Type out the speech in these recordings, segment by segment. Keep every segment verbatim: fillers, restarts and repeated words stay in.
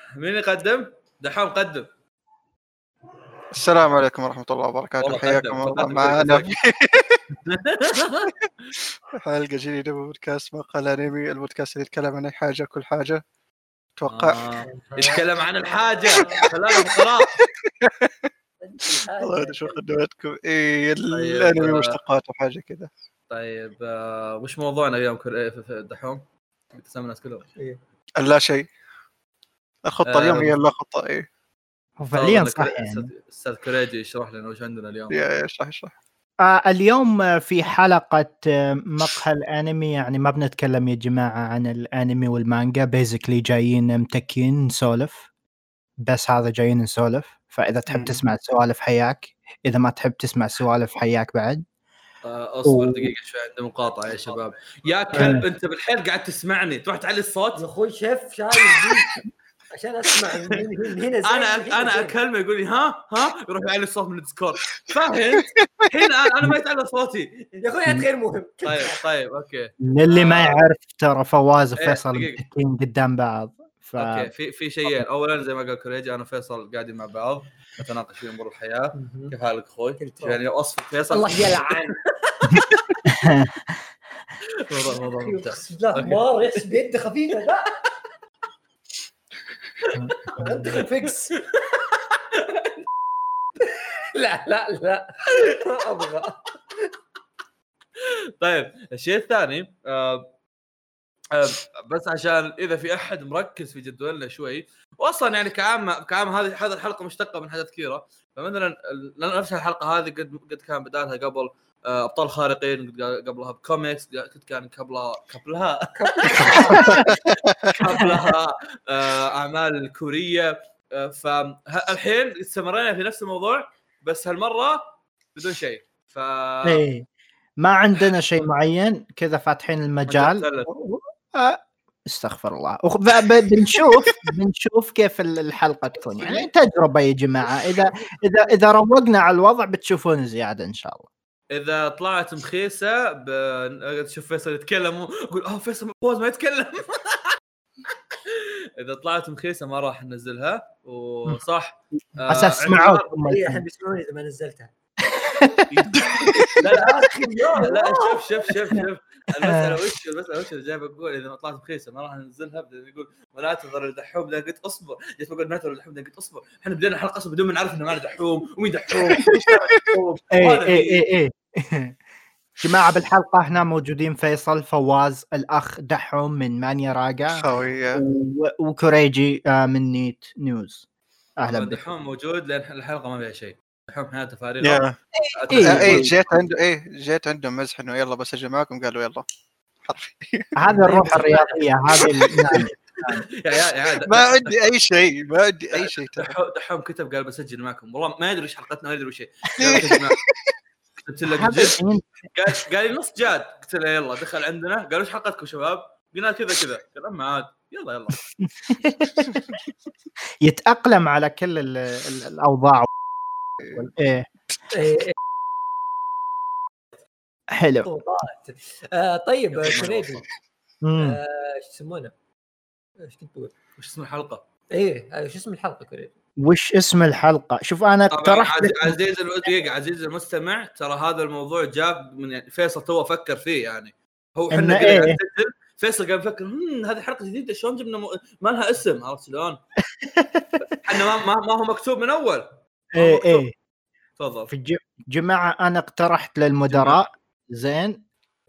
مين يقدم؟ دحوم قدم. السلام عليكم ورحمة الله وبركاته. حياكم الله معنا في حلقة جديدة من بودكاست مقال أنمي، البودكاست اللي يتكلم عن أي حاجة كل حاجة. توقع آه. يتكلم عن الحاجة فلا فقراء. والله شو خدمتكم إيه الأنمي مشتقات وحاجة كذا. طيب آه، وش موضوعنا اليوم كل دحوم؟ بتسمى الناس كلهم إيه لا شيء. الخطة آه. اليوم هي لا خطة إيه فعليا صح يعني. أستاذ كريجي يشرح لنا وش عندنا اليوم. يا اشرح اشرح آه اليوم في حلقة مقهى الأنمي، يعني ما بنتكلم يا جماعة عن الأنمي والمانجا، بيزيكلي جايين متكين نسولف بس، هذا جايين نسولف. فإذا تحب تسمع السوالف حياك، إذا ما تحب تسمع السوالف حياك بعد. آه أصبر و... دقيقة شوي، عندي مقاطعة يا شباب. يا كلب أنت بالحيل قاعد تسمعني، تروح تعلي الصوت يا أخوي شيف شايف عشان اسمع من هنا. انا انا اكلمه يقول لي ها ها يروح يعلي الصوت من الديسكورد، فهمت؟ الحين انا ما يتعلى صوتي يا اخوي. غير مهم. طيب طيب اوكي. للي ما يعرف ترى فواز وفيصل متكين قدام بعض. ف... اوكي في في شيئين. اولا زي ما قال كوريجي، انا وفيصل قاعدين مع بعض نتناقش في امور الحياه. كيف حالك اخوي؟ يعني اصف فيصل الله يلعن. والله والله ممتع. لا ما يحس بيد خفيفه لا انت فيكس. لا لا لا ابغى. طيب الشيء الثاني آه آه بس عشان اذا في احد مركز في جدولنا شوي، واصلا يعني كعام كعام هذه هذه الحلقه مشتقه من حدث كيرا. فمثلا نفس الحلقه هذه قد قد كان بدايتها قبل آه ابطال خارقين، قبلها بكوميكس، قد كان قبلها قبلها قبلها آه اعمال الكوريه. آه فالحين استمرينا في نفس الموضوع بس هالمره بدون شيء. ف ايه ما عندنا شيء معين كذا، فاتحين المجال. أه استغفر الله. بنشوف بنشوف كيف الحلقه تكون، يعني تجربه يا جماعه. اذا اذا اذا روقنا على الوضع بتشوفون زياده ان شاء الله. اذا طلعت مخيسه بتشوف فيصل يتكلم ويقول اه فيصل فوز ما يتكلم. اذا طلعت مخيسه ما راح ننزلها. وصح آه اساس اسمعوا الحين بيسمعوني اذا ما نزلتها. لا لا لا شوف شوف شوف شوف المساله وش المساله وش جاي بقول اذا ما طلعت مخيسه ما راح ننزلها. بدا يقول ولا تنظر لدحوم. لا قلت اصبر، جيت بقول ما تنظر لدحوم. قلت اصبر، احنا بدينا الحلقه بدون ما نعرف انه ما دحوم ومين دحوم. اي اي اي جماعه بالحلقه هنا موجودين فيصل، فواز، الاخ دحوم من مانيا راجا، وكوريجي من نيت نيوز. اهلا بك. دحوم موجود لان الحلقه ما فيها شيء. دحوم حياته فارغه. اي جيت عنده ايه جيت عنده مزح انه يلا بسجل معكم، قالوا يلا. هذا الروح الرياضيه هذه. يا ما عندي اي شيء ما عندي اي شيء. دحوم كتب قال بسجل معكم، والله ما ادري ايش حلقتنا، ما ادري وش هي. كتبت له جد، قال قال لي نص جاد. قلت له يلا دخل عندنا، قالوا ايش حلقتكم شباب؟ قلنا كذا كذا كلام ما عاد. يلا يلا يتأقلم على كل الاوضاع. ايه حلو. آه طيب كريدي ايش يسمونه؟ ايش كنت بقول؟ وش اسم الحلقه؟ ايه شو اسم الحلقه كريدي؟ وش اسم الحلقه؟ شوف انا اقترحت عزيز دقيقه عزيز المستمع، ترى هذا الموضوع جاب من يعني فيصل تو افكر فيه. يعني هو احنا إيه؟ قاعد نسجل فيصل قاعد يفكر هم هذه حلقه جديده شلون جبنا م... ما لها اسم، عرفت شلون؟ احنا ما, ما ما هو مكتوب من اول. ايه ايه تفضل. في جماعه انا اقترحت للمدراء زين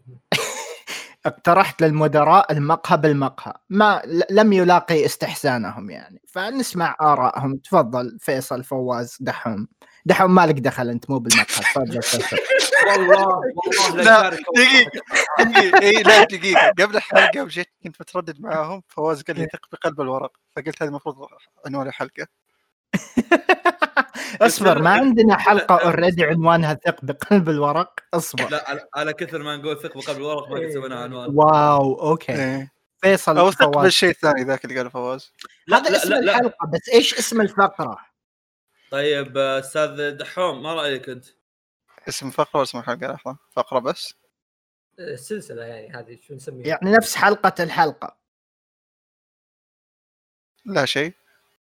اقترحت للمدراء المقهى بالمقهى، ما لم يلاقي استحسانهم يعني، فنسمع آرائهم. تفضل فيصل، فواز، دحوم. دحوم مالك دخل انت مو بالمقهى. تفضل فيصل. والله والله لا دقيقة اي لا دقيقة قبل الحلقة وجيت كنت بتردد معاهم، فواز قال لي ثق بقلب الورق، فقلت هذا المفروض عنوان الحلقة. اصبر، ما عندنا حلقة اوريدي عنوانها ثق بقلب الورق. اصبر. لا على كثر ما نقول ثق بقلب الورق ما قد سوينا عنوان. واو اوكي. إيه. فيصل او ثق بالشيء الثاني ذاك اللي قاله فواز. هذا اسم لا الحلقة لا. بس ايش اسم الفقرة؟ طيب استاذ دحوم ما رايك انت؟ اسم فقرة واسم الحلقة؟ لحظة، فقرة بس السلسلة يعني هذه شو نسميها؟ يعني نفس حلقة الحلقة. لا شيء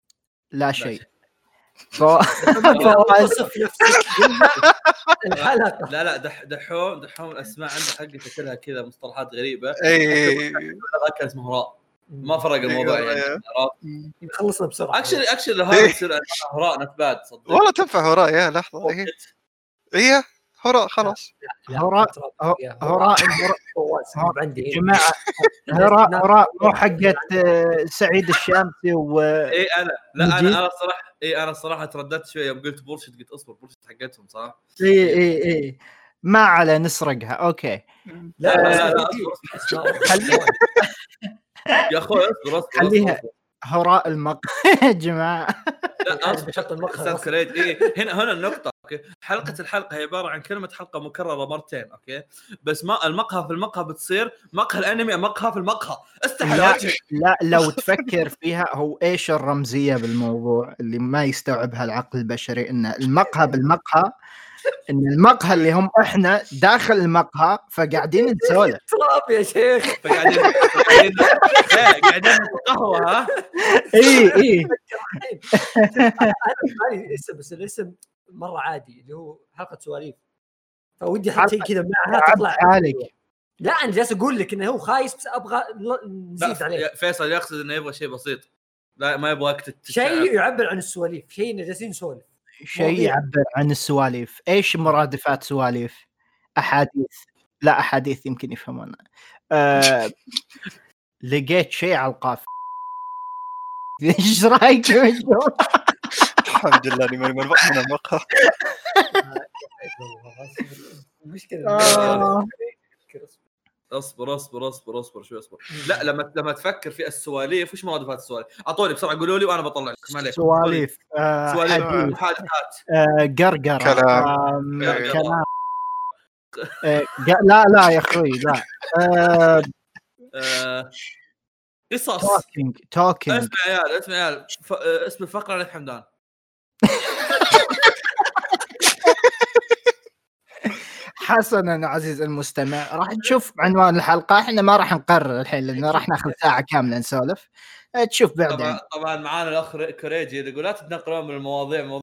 لا شيء. ف... وصف نفسك الحلقة. لا لا دح دحوم دحوم الاسماء عنده حقته كلها كذا مصطلحات غريبه. اي كان اسمه هراء ما فرق الموضوع يعني. خلصنا بسرعه. اكشلي اكشلي هذا يصير هراء نتباد صدق والله تنفع هراء. يا لحظه هي هي هراء خلاص. هراء هراء عندي جماعه. هراء هراء مو حقت سعيد الشامسي و اي انا لا انا انا الصراحه اي انا الصراحه ترددت شويه يوم قلت بورشت قلت اصبر بورشت حقتهم صح. اي اي اي ما على نسرقها. اوكي لا لا لا خليها يا اخوي اصبر اصبر خليها هراء المقهى يا جماعه. لا اصبر المقهى كريج. اي هنا هنا النقطه. اوكي حلقه الحلقه هي عباره عن كلمه حلقه مكرره مرتين. اوكي بس ما المقهى في المقهى بتصير مقهى الانمي مقهى في المقهى. استحي لا, لا لو تفكر فيها هو ايش الرمزيه بالموضوع اللي ما يستوعبها العقل البشري ان المقهى بالمقهى ان المقهى اللي هم احنا داخل المقهى فقاعدين نسولف تراب يا شيخ. فقاعدين قاعدين قاعدين قهوه. ها اي اي انا اسم بس الاسم مره عادي اللي هو حلقه سواليف فودي احط شيء كذا معها تطلع عليك. لا انا جالس اقول لك انه هو خايس بس ابغى نزيد عليه. فيصل يقصد انه يبغى شيء بسيط لا ما يبغى وقت شيء يعبر عن السواليف شيء جالسين نسولف شيء يعبر عن السواليف. ايش مرادفات سواليف؟ احاديث. لا احاديث يمكن يفهمون. أه... لقيت شيء على القاف. ايش رايك يا شباب؟ الحمد لله اني ماني من المقهى. مشكله. اصبر اصبر اصبر اصبر شوي اصبر. لا لما لما تفكر في السواليف وش مرادفات السواليف؟ اعطوني بسرعه قولوا لي وانا بطلع لك. ما عليك سواليف. آه سواليف محادثات. آه قرقره. كلام آه كلام. آه لا لا يا اخوي لا. آه آه قصص. توكينج توكينج. اسمع يا عيال اسمع يا عيال ف... اسم الفقره عليك حمدان. حسنا عزيز المستمع راح تشوف عنوان الحلقه. احنا ما راح نقرر الحين لانه راح ناخذ ساعه كامله نسولف. تشوف بعدين. طبعا طبعا معانا الاخ كريجي يقول لا تتنقلون من المواضيع موضوع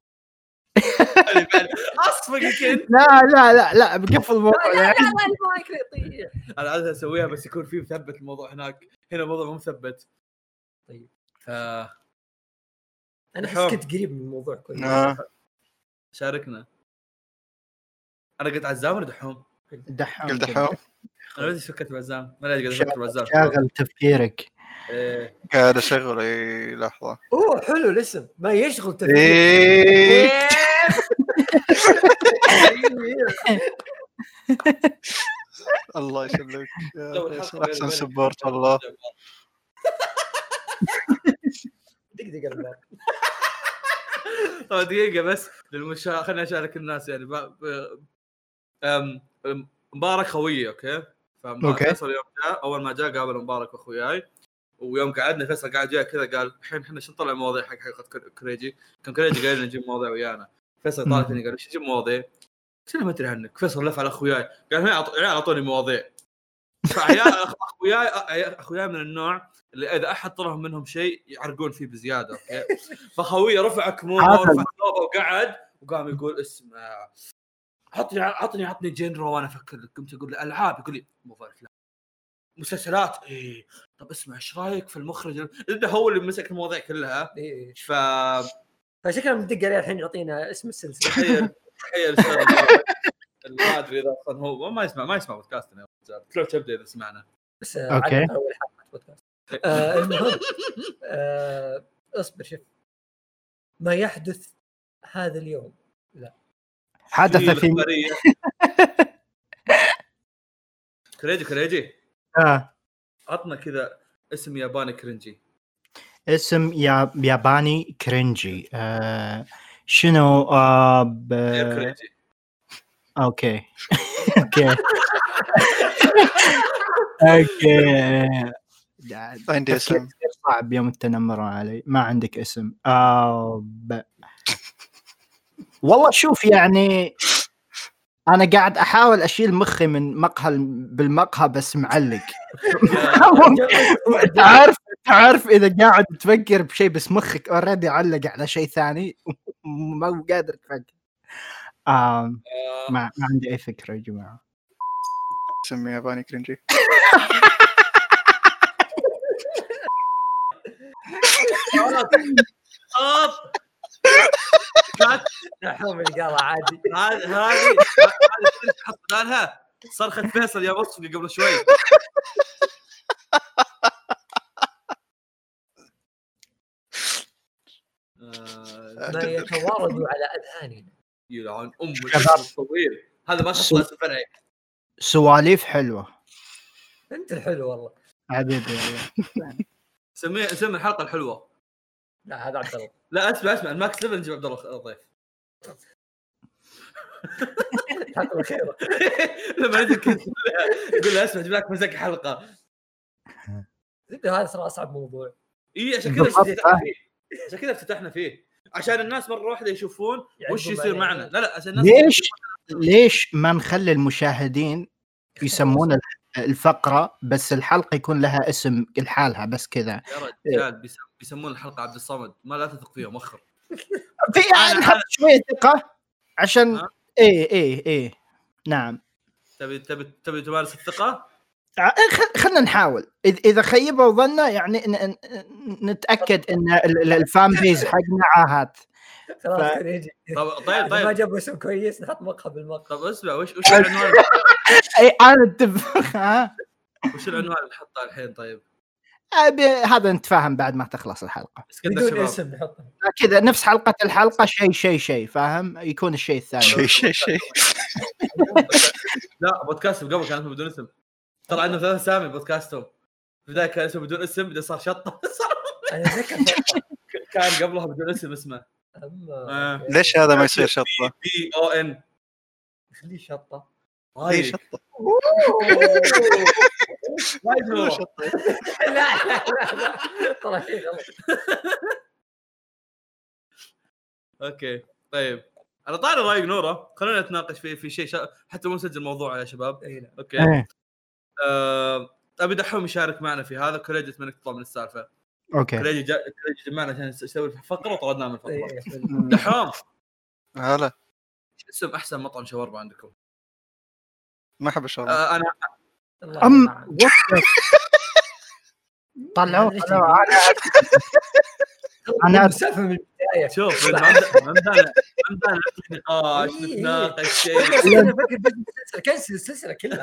اصفق كنت. لا لا لا لا بقفل الموضوع. لا لا المايك يطيح. انا عاده اسويها بس يكون في مثبت الموضوع هناك. هنا الموضوع مو مثبت. طيب ف انا حس كنت قريب من الموضوع كله. آه. شاركنا. انا قلت عزام ولا دحوم؟ دحوم. قلت دحوم. انا بدي فكرت بعزام. ما ادري قاعد افكر بعزام. شاغل تفكيرك. ايه قاعد اشغل. اي لحظه. اوه حلو الاسم ما يشغل تفكيرك. إيه. الله يسلمك احسن سبورت والله. دقيقه الباب. طيب دقيقه بس للمشا خليني اشارك الناس يعني ب... ام مبارك خويي. اوكي فيصل يوم جاء اول ما جاء قابل مبارك واخوياي ويوم قعدنا فيصل قاعد جاء كذا قال الحين احنا شو نطلع مواضيع حق حلقه كريجي. كان كريجي قال لنا نجيب مواضيع ويانا. فيصل طالع فيني قال ايش نجيب مواضيع؟ قلت له ما ادري عنك. فيصل لف على اخوياي قال هنا اعطوني مواضيع. فعيال اخوياي اخوياي من النوع اللي اذا احد طلب منهم شيء يعرقون فيه بزياده. اوكي فخويه رفع كمومه ورفع ثوبه وقعد وقام يقول اسمع عطني عطني عطني جنرا وانا افكر لك. قمت اقول له العاب يقول لي مو فارق لا مسلسلات. ايه طب اسمع ايش رايك في المخرج ده هو اللي مسك المواضيع كلها. إيه. ف فشكله مدق عليه الحين يعطينا اسم السلسله. تخيل تخيل ما ادري اذا اصلا هو ما يسمع ما يسمع بودكاستنا. تروح تبدا اذا سمعنا بس اوكي اول حلقه بودكاست. آه المهم آه اصبر شوف ما يحدث هذا اليوم. لا حدث في كريجي كريجي اه عطنا كذا اسم ياباني كرنجي. اسم يا ياباني كرنجي. آه شنو آه ب... كرنجي. اوكي اوكي اوكي عندي اسم صعب يوم التنمر علي. ما عندك اسم؟ آه ب... والله شوف يعني انا قاعد احاول اشيل مخي من مقهى بالمقهى بس معلق. تعرف تعرف اذا قاعد تفكر بشيء بس مخك اوريدي علق على شيء ثاني ما قادر تفكر. آه ما ما عندي اي فكره يا جماعه. سمي ياباني كرنجي. خلاص نحوم القلع عادي. هذه هذه هذه تحط بدالها صرخة فيصل يا وصفي قبل شوي. ما يتواردوا على اذهاننا. يلعن ام الطويل هذا ما خص فرعي. سواليف حلوه. انت الحلو والله حبيبي والله. سمي سمي الحلقه الحلوه. لا هذا عبد الله. لا اسمع اسمع الماكس سبعة نجيب عبد الله الضيف. الحلقه الخيره لما نجي يقول له اسمع جيب لك مسك حلقه. هذا صار اصعب موضوع. اي عشان كذا افتتحنا فيه عشان كذا افتتحنا فيه عشان الناس مره واحده يشوفون وش يصير معنا. لا لا عشان الناس ليش ليش ما نخلي المشاهدين يسمون الفقره بس الحلقه يكون لها اسم لحالها بس كذا. يا رجال بيسمون الحلقه عبد الصمد ما لا تثق فيها مخر. في نحط شويه ثقه عشان ايه ايه ايه نعم. تبي تبي تبي تمارس الثقه. خلنا نحاول اذا خيبوا ظننا يعني نتاكد ان الفان بيز حقنا عاهات. خلاص ف... يجي. طيب طيب طيب ما جابوا اسم كويس نحط مقهى بالمقهى. طب اسمع وش وش العنوان؟ اي انا اتفق. ها وش العنوان اللي نحطه الحين؟ طيب هذا نتفاهم بعد ما تخلص الحلقه بدون اسم نحطه كذا نفس حلقه الحلقه شيء شيء شيء فاهم يكون الشيء الثاني شيء شيء شيء. لا بودكاست قبل كان اسمه بدون اسم. ترى عندنا ثلاث اسامي بودكاستهم. في بدايه كان اسمه بدون اسم بعدين صار شطه. انا اتذكر كان قبلها بدون اسم اسمه آه. ليش هذا ما يصير شطه؟ بي او ان خليه شطه. اي شطه. وايد شطه. لا لا لا ترى شيء غلط. اوكي طيب على طاري رايق نوره خلينا نتناقش في في شيء شا... حتى مو مسجل موضوع يا شباب. اوكي آه... ابي دحوم يشارك معنا في هذا. كريدي اتمنى تطلع من السالفه. اوكي كريدي جا... كريدي جمعنا عشان نسوي فقره وطردناه من الفقره. دحوم هلا اسم احسن مطعم شاورما عندكم؟ ما احب الشاورما. آه انا ام طلعوا انا انا مسافه من البدايه. شوف ممدان ممدان نقاش نتناقش شيء. انا فاكر بس كنسل السلسله كلها.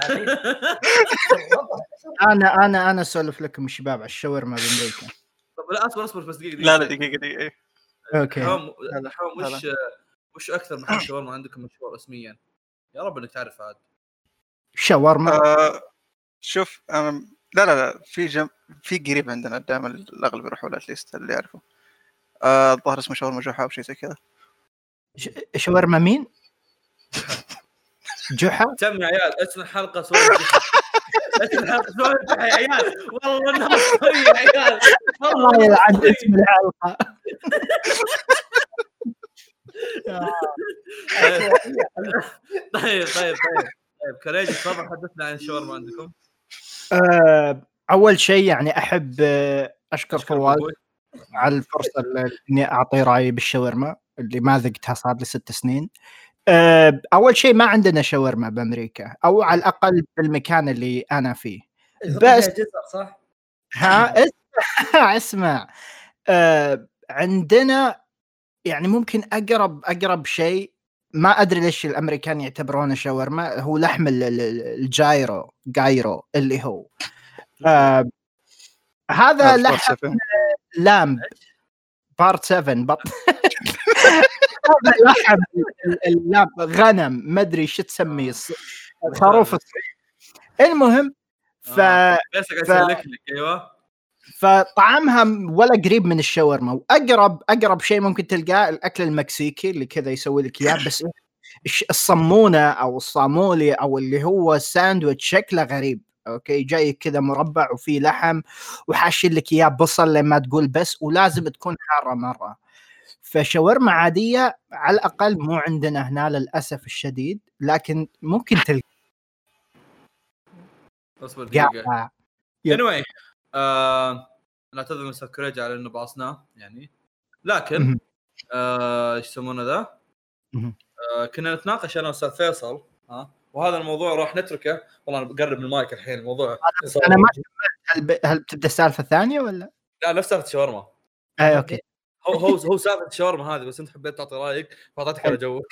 انا انا انا اسولف لكم الشباب على الشاورما بامريكا. طب لا اصبر اصبر بس دقيقه. لا لا دقيقه دقيقه. اوكي حوم حوم وش وش اكثر محل شاورما عندكم مشهور اسميا؟ يا رب انك تعرف هذا شاورما. آه شوف أنا لا لا لا في جم... في قريب عندنا دائما الاغلب يروحوا لاتليست اللي يعرفوا. آه الظاهر اسمه شاورما جحا او شيء زي كذا. ش... شاورما مين؟ جحا. تم يا عيال اسم الحلقه سوالف جحا. اسم الحلقه سوالف جحا يا عيال. والله انها صحيح يا عيال. والله يلعن اسم الحلقه. طيب طيب طيب طيب كريجي تفضل حدثنا عن الشاورما عندكم. أه اول شيء يعني احب اشكر فواز على الفرصه اني اعطي رايي بالشاورما اللي ما ذقتها صار لي ست سنين. أه اول شيء ما عندنا شاورما بامريكا او على الاقل بالمكان اللي انا فيه. بس صح ها اسمع اسمع أه عندنا يعني ممكن اقرب اقرب شيء ما ادري ليش الامريكان يعتبرونه شاورما هو لحم الجايرو جايرو اللي هو آه هذا لحم لامب بارت سبعة بط هذا لحم اللامب غنم ما ادري ايش تسميه خروف. المهم ف بس اسالك ايوه فطعمها ولا قريب من الشاورما. واقرب اقرب شيء ممكن تلقاه الاكل المكسيكي اللي كذا يسوي لك اياه بس الصمونه او الصامولي او اللي هو ساندويتش شكله غريب. اوكي جاي كذا مربع وفيه لحم وحاشين لك اياه بصل لما تقول بس ولازم تكون حاره مره. فشاورما عاديه على الاقل مو عندنا هنا للاسف الشديد لكن ممكن تلقى. اصبر دقيقه. anyway آه، نعتذر من مستر كريج على انه باصناه يعني، لكن آه، ايش يسمونه ذا آه، كنا نتناقش انا واستاذ فيصل ها، وهذا الموضوع راح نتركه. والله انا بقرب من المايك الحين الموضوع. انا ما هل, ب... هل بتبدا السالفه الثانيه ولا لا نفس سالفه الشاورما. اي اوكي هو هو هو سالفه الشاورما هذه، بس انت حبيت تعطي رايك فاعطيتك على جوك.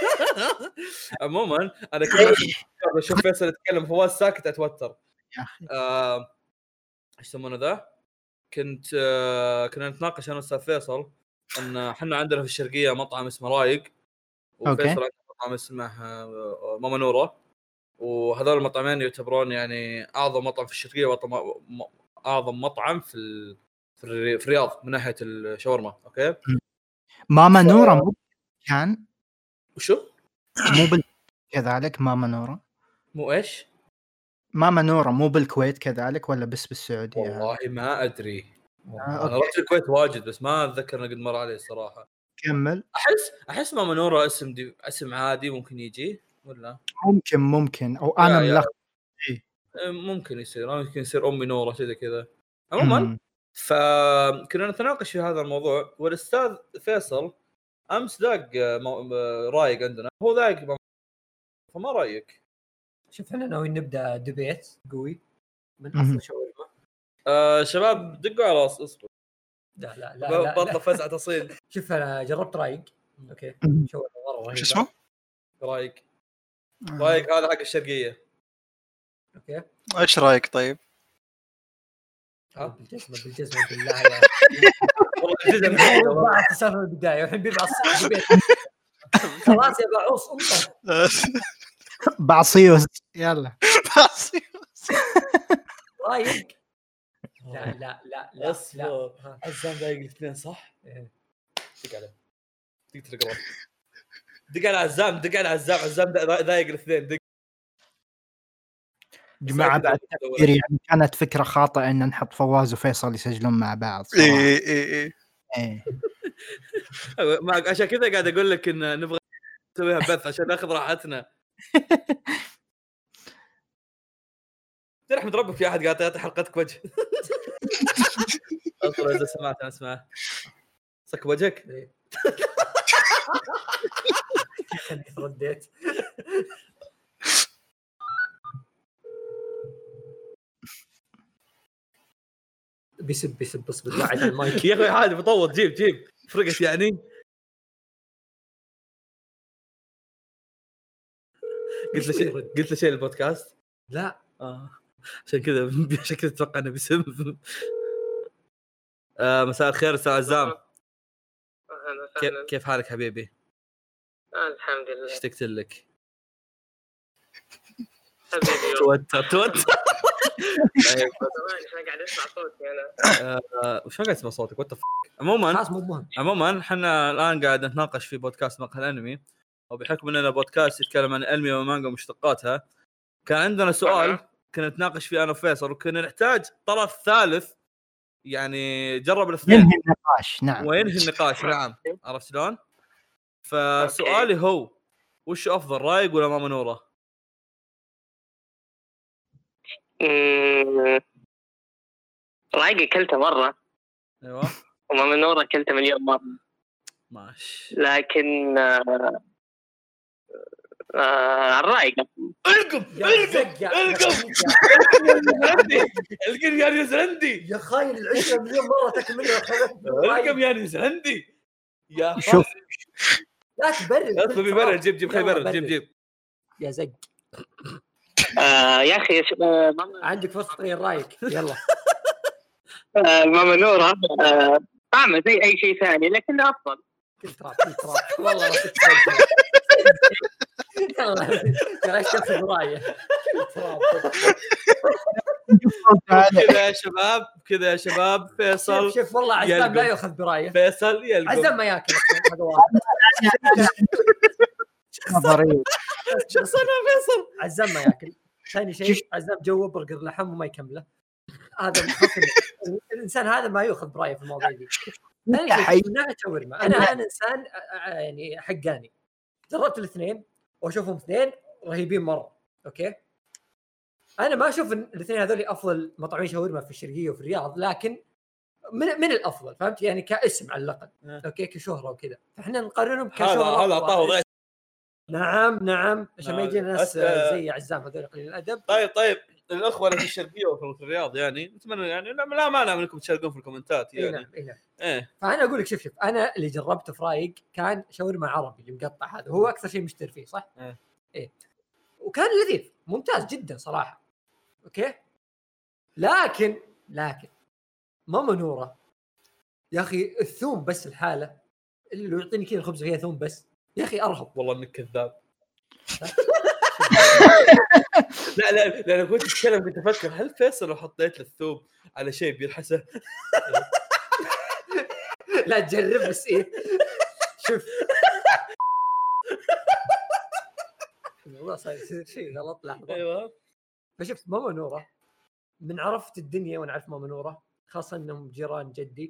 عموما انا كنت اشوف فيصل يتكلم فواز ساكت اتوتر يا اخي. آه، ايش يسمونه ذا، كنت آه، كنا نتناقش انا واستاذ فيصل ان احنا عندنا في الشرقيه مطعم اسمه رايق، وفيصل عنده مطعم اسمه آه، ماما نورة، وهذول المطعمين يعتبرون يعني اعظم مطعم في الشرقيه واعظم مطعم في ال... في الرياض من ناحيه الشاورما. اوكي ماما ف... نورة مو كان وشو مو بال... كذلك ماما نورة مو ايش ماما نورة مو بالكويت كذلك ولا بس بالسعوديه؟ والله ما ادري. آه، انا رحت الكويت واجد بس ما اتذكر انه قد مر علي الصراحه. كمل. احس احس ماما نورة اسم دي... اسم عادي ممكن يجي ولا ممكن ممكن او انا ملخبط. ممكن يصير ممكن يصير امي نورة كذا كذا. عموما فكنا نتناقش في هذا الموضوع، والاستاذ فيصل امس داق رايق عندنا، هو داق فما رايك؟ شوف احنا ناويين نبدا ديبيت قوي من اصل شاورما. آه شباب دقوا على راس اصبر. لا لا لا لا بطلع فزعه تصيل. شوف انا جربت رايق اوكي شاورما مره رهيبه. شو اسمه؟ رايق رايق هذا حق الشرقيه. اوكي ايش رايك طيب؟ ها بالجزمه بالجزمه بالله يا والله الجزمه والله تسافر البدايه والحين بيبعص البيت خلاص يا بعوص انت بعصيوس يلا بعصيوس رايق. لا لا لا لا اصبر عزام دايق الاثنين صح؟ دق عليه دق تلقى دق على عزام دق على عزام عزام دايق الاثنين دق. جماعة بعد تفكير يعني كانت فكرة خاطئة ان نحط فواز وفيصل يسجلون مع بعض. اي اي اي معك عشان كذا قاعد اقول لك ان نبغى نسويها بث عشان ناخذ راحتنا. ترى احمد ربك في احد قاعد يعطي حلقتك وجه. اصبر اذا سمعت انا اسمع صك وجهك. رديت بيسب بيسب بس بالقاعد على المايك. يا اخي عادي بطوط جيب جيب فرقت يعني. قلت له شيء قلت له شيء البودكاست لا اه عشان كذا عشان كذا اتوقع انه بيسب. آه مساء الخير استاذ عزام. كيف كيف حالك حبيبي؟ الحمد لله. اشتقت لك حبيبي. توتر توتر. طيب انا قاعد اسمع صوتي انا. وش قاعد اسمع صوتك وات. عموما خلاص مو مهم. عموما احنا الان قاعد نتناقش في بودكاست مقهى الانمي، وبحكم اننا بودكاست يتكلم عن الانمي والمانجا ومشتقاتها، كان عندنا سؤال كنا نتناقش فيه انا وفيصل، وكنا نحتاج طرف ثالث يعني جرب الاثنين ينهي النقاش. نعم وينهي النقاش. نعم عرفت شلون؟ فسؤالي هو وش افضل رايق ولا ماما نورة؟ اممم رايق اكلته مره. ايوه وماما نورة اكلته مليون مره ماشي، لكن آه آه الرايق القم القم القم القم يا نيوزيلندي يا خاين العشرة مليون مرة تاكل مني القم يا نيوزيلندي يا شوف لا تبرد اطلب بيبرد جيب جيب خيبر جيب جيب يا زق. آه يا اخي آه ماما عندك فرصة تغير رايك يلا. آه ماما نورة آه طعمه زي اي شيء ثاني لكنه افضل. كل تراب كل تراب والله ما يلا ترى ايش تاخذ رايه كذا يا شباب كذا يا شباب. فيصل شوف والله عزام لا ياخذ برايه. فيصل يلقم عزام ما ياكل نظري. شو صار فيصل؟ عزام ما ياكل. ثاني شيء عزام جوه برجر لحم وما يكمله. هذا الانسان هذا ما ياخذ برايه في المواضيع دي. ثاني شيء من ناحيه شاورما انا انا انسان يعني حقاني. جربت الاثنين واشوفهم اثنين رهيبين مره. اوكي انا ما اشوف الاثنين هذول افضل مطاعم شاورما في الشرقيه وفي الرياض، لكن من من الافضل فهمت يعني كاسم على الاقل أه. اوكي كشهره وكذا فاحنا نقارنهم هذا كشهره هذا اعطاه وضع. نعم نعم عشان ما نعم. يجينا ناس أس- آه. زي عزام هذول قليل الادب. طيب طيب الاخوه اللي في الشرقيه وفي الرياض يعني نتمنى يعني لا لا مانع منكم تشاركون في الكومنتات اي يعني نعم اي نعم ايه. فانا اقول لك شوف شوف انا اللي جربته في رايق كان شاورما عربي اللي مقطع هذا هو اكثر شيء مشتري فيه صح إيه. ايه وكان لذيذ ممتاز جدا صراحه اوكي لكن لكن ماما نوره يا اخي الثوم بس الحاله اللي لو يعطيني كذا الخبز فيها ثوم بس يا اخي ارهب. والله انك كذاب. لا لا لا انا كنت اتكلم كنت افكر هل فيصل لو حطيت له الثوم على شيء بيلحسه؟ لا تجرب بس ايه شوف والله صار يصير شيء غلط لحظه. ايوه فشفت ماما نوره من عرفت الدنيا وانا عارف ماما نوره خاصه انهم جيران جدي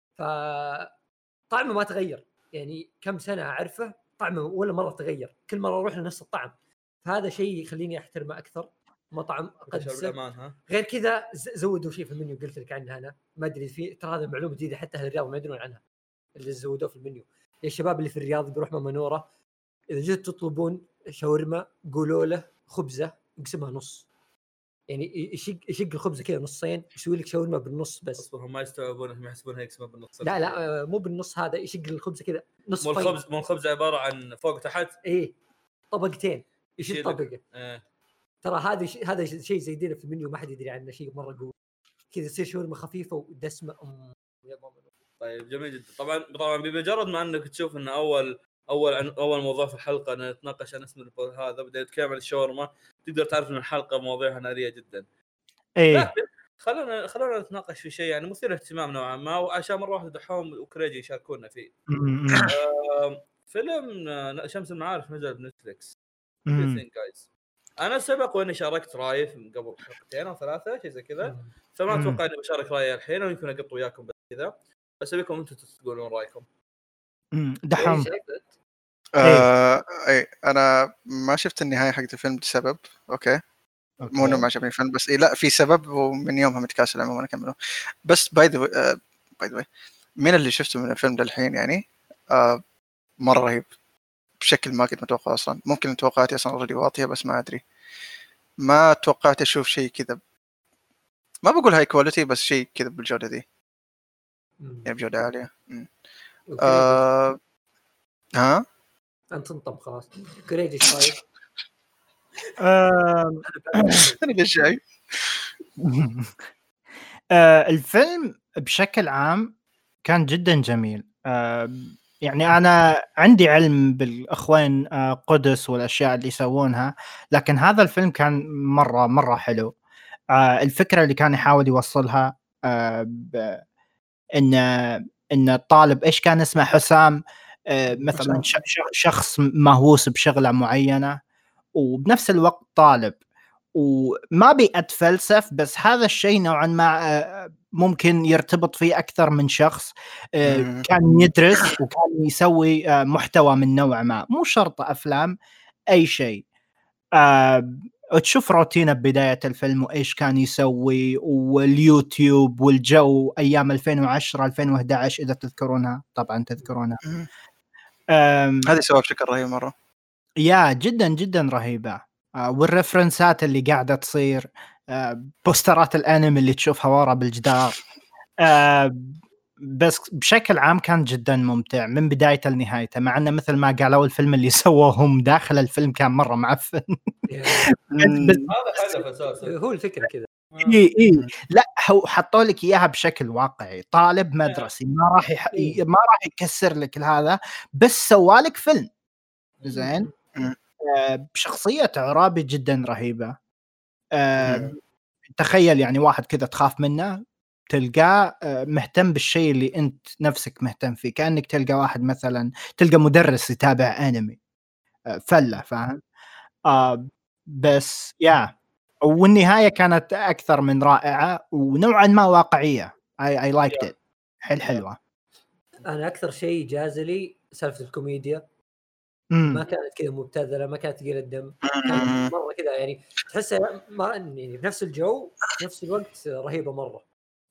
فطعمه ما تغير يعني كم سنه اعرفه طعمه ولا مره تغير كل مره اروح لنفس الطعم فهذا شيء يخليني احترمه اكثر مطعم اقدسه. غير كذا زودوا شيء في المنيو قلت لك عنها انا ما ادري في ترى هذا معلومه جديده حتى اهل الرياض ما يدرون عنها اللي زودوه في المنيو. يا الشباب اللي في الرياض بيروح ماما نوره اذا جيت تطلبون شاورما قولوا له خبزه اقسمها نص يعني يشق يشق الخبزه كذا نصين يسوي لك شاورما بالنص بس اصبر هم ما يستوعبون ما يحسبونها يقسمها بالنص. لا لا مو بالنص هذا يشق الخبزه كذا نص. مو الخبز مو الخبز عباره عن فوق وتحت ايه طبقتين يشيل طبقه. إيه. ترى هذا شيء هذا شيء زي في المنيو ما حد يدري عنه شيء مره قوي كذا يصير شاورما خفيفه ودسمه ام يا ماما. طيب جميل جدا. طبعا طبعا بمجرد ما انك تشوف ان اول اول اول موضوع في الحلقه ان نتناقش عن اسم هذا بدأ نتكلم عن الشاورما تقدر تعرف ان الحلقه مواضيعها ناريه جدا. ايه لكن خلونا خلونا نتناقش في شيء يعني مثير اهتمام نوعا ما وعشان مره واحده دحوم وكريجي يشاركونا فيه. آه فيلم شمس المعارف نزل بنتفليكس. انا سبق واني شاركت رايي من قبل حلقتين او ثلاثه شيء زي كذا فما اتوقع اني بشارك رايي الحين ويمكن اقط وياكم بس كذا بس ابيكم انتم تقولون رايكم. دحوم آه اي انا ما شفت النهايه حقت الفيلم بسبب اوكي, أوكي. مو انه ما عجبني الفيلم بس إيه لا في سبب ومن يومها متكاسل عموما انا اكمله بس باي ذا باي ذا من اللي شفته من الفيلم للحين يعني آه مره رهيب بشكل ما كنت متوقع اصلا. ممكن توقعاتي اصلا اوريدي واطيه بس ما ادري ما توقعت اشوف شيء كذا ما بقول هاي كواليتي بس شيء كذا بالجوده دي يعني بجوده عاليه. آه... ها انت تنطب خلاص كريجي شوي. انا بالشاي. الفيلم بشكل عام كان جدا جميل. آه يعني أنا عندي علم بالأخوين آه قدس والأشياء اللي يسوونها لكن هذا الفيلم كان مرة مرة حلو. آه الفكرة اللي كان يحاول يوصلها آه إن إن الطالب إيش كان اسمه حسام آه مثلا شخص مهووس بشغلة معينة وبنفس الوقت طالب وما بيتفلسف بس هذا الشيء نوعا ما ممكن يرتبط فيه أكثر من شخص كان يدرس وكان يسوي محتوى من نوع ما مو شرط أفلام أي شيء. وتشوف روتينه بداية الفيلم وإيش كان يسوي واليوتيوب والجو أيام ألفين وعشرة ألفين وإحدى عشر إذا تذكرونها طبعا تذكرونها. هذه سوى بشكل رهيب مرة يا جدا جدا رهيبة. آه والرفرنسات اللي قاعدة تصير آه بوسترات الانمي اللي تشوفها ورا بالجدار آه بس بشكل عام كان جدا ممتع من بداية لنهايته مع أنه مثل ما قالوا الفيلم اللي سووهم داخل الفيلم كان مرة معفن. بس هذا هدف أساسا هو الفكرة كذا. إيه إيه لا هو حطوا لك إياها بشكل واقعي طالب مدرسي ما راح يح... ما راح يكسر لك هذا بس سوالك فيلم زين آه بشخصية عرابي جدا رهيبة. آه تخيل يعني واحد كذا تخاف منه تلقاه آه مهتم بالشيء اللي أنت نفسك مهتم فيه كأنك تلقى واحد مثلا تلقى مدرس يتابع أنمي آه فلة فاهم. آه بس يا والنهاية كانت أكثر من رائعة ونوعا ما واقعية. I, I liked it حل حلوة. أنا أكثر شيء جازلي سالفة الكوميديا ما كانت كذا مبتذلة ما كانت ثقيلة الدم كانت مرة كذا يعني تحسها ما يعني بنفس الجو في نفس الوقت رهيبة مرة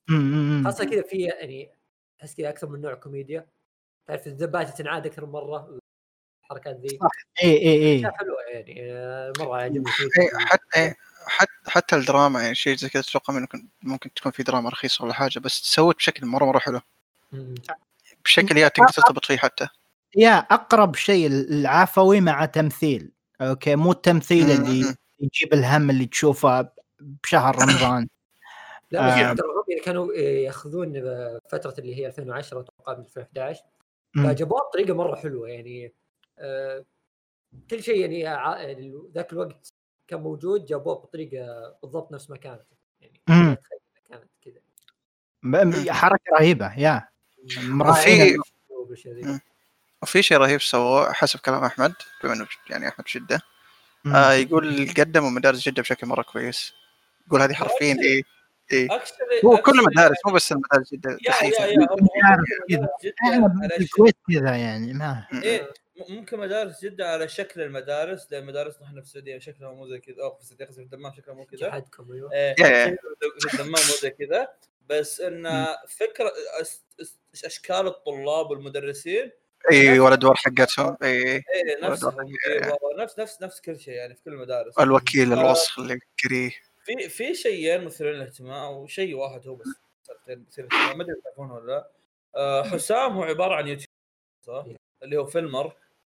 امم خاصه كذا في يعني احس كذا اكثر من نوع كوميديا، تعرف الذبات تنعاد اكثر مره الحركات ذي صح اي اي اي حلوه يعني مره عجبني فيه. حتى حتى حتى الدراما يعني شيء زي كذا اتوقع ممكن ممكن تكون في دراما رخيصه ولا حاجه، بس تسوت بشكل مره مره حلو بشكل يا تقدر ترتبط فيه حتى. يا اقرب شيء العفوي مع تمثيل، اوكي مو التمثيل اللي يجيب الهم اللي تشوفه بشهر رمضان. لا بس آه. ترى كانوا ياخذون فتره اللي هي ألفين وعشرة اتوقع من ألفين وأحد عشر فجابوها بطريقه مره حلوه يعني آه كل شيء يعني ذاك الوقت كان موجود جابوه بطريقه بالضبط نفس ما كانت يعني ما تخيل كانت كذا حركه رهيبه. يا وفي وفي شيء رهيب سووه حسب كلام احمد بما انه يعني احمد شده آه يقول قدموا مدارس جده بشكل مره كويس. يقول هذه حرفيا ايه ايه هو كل المدارس مو بس المدارس جده يا يا احنا بالكويت كذا يعني ما ايه ممكن مدارس جده على شكل المدارس، لان مدارسنا احنا في السعوديه شكلها مو زي كذا، او في السعوديه في الدمام شكلها مو كذا حدكم ايوه ايه في الدمام مو زي كذا، بس ان فكره اشكال الطلاب والمدرسين اي ولا دور حقتهم اي ايه نفسهم نفس نفس نفس كل شيء يعني في كل المدارس. الوكيل الوسخ اللي كريه في في شيئين مثيرين للاهتمام او شيء واحد هو بس مثير للاهتمام ما ادري تعرفونه ولا لا. أه حسام هو عباره عن يوتيوب صح اللي هو فيلمر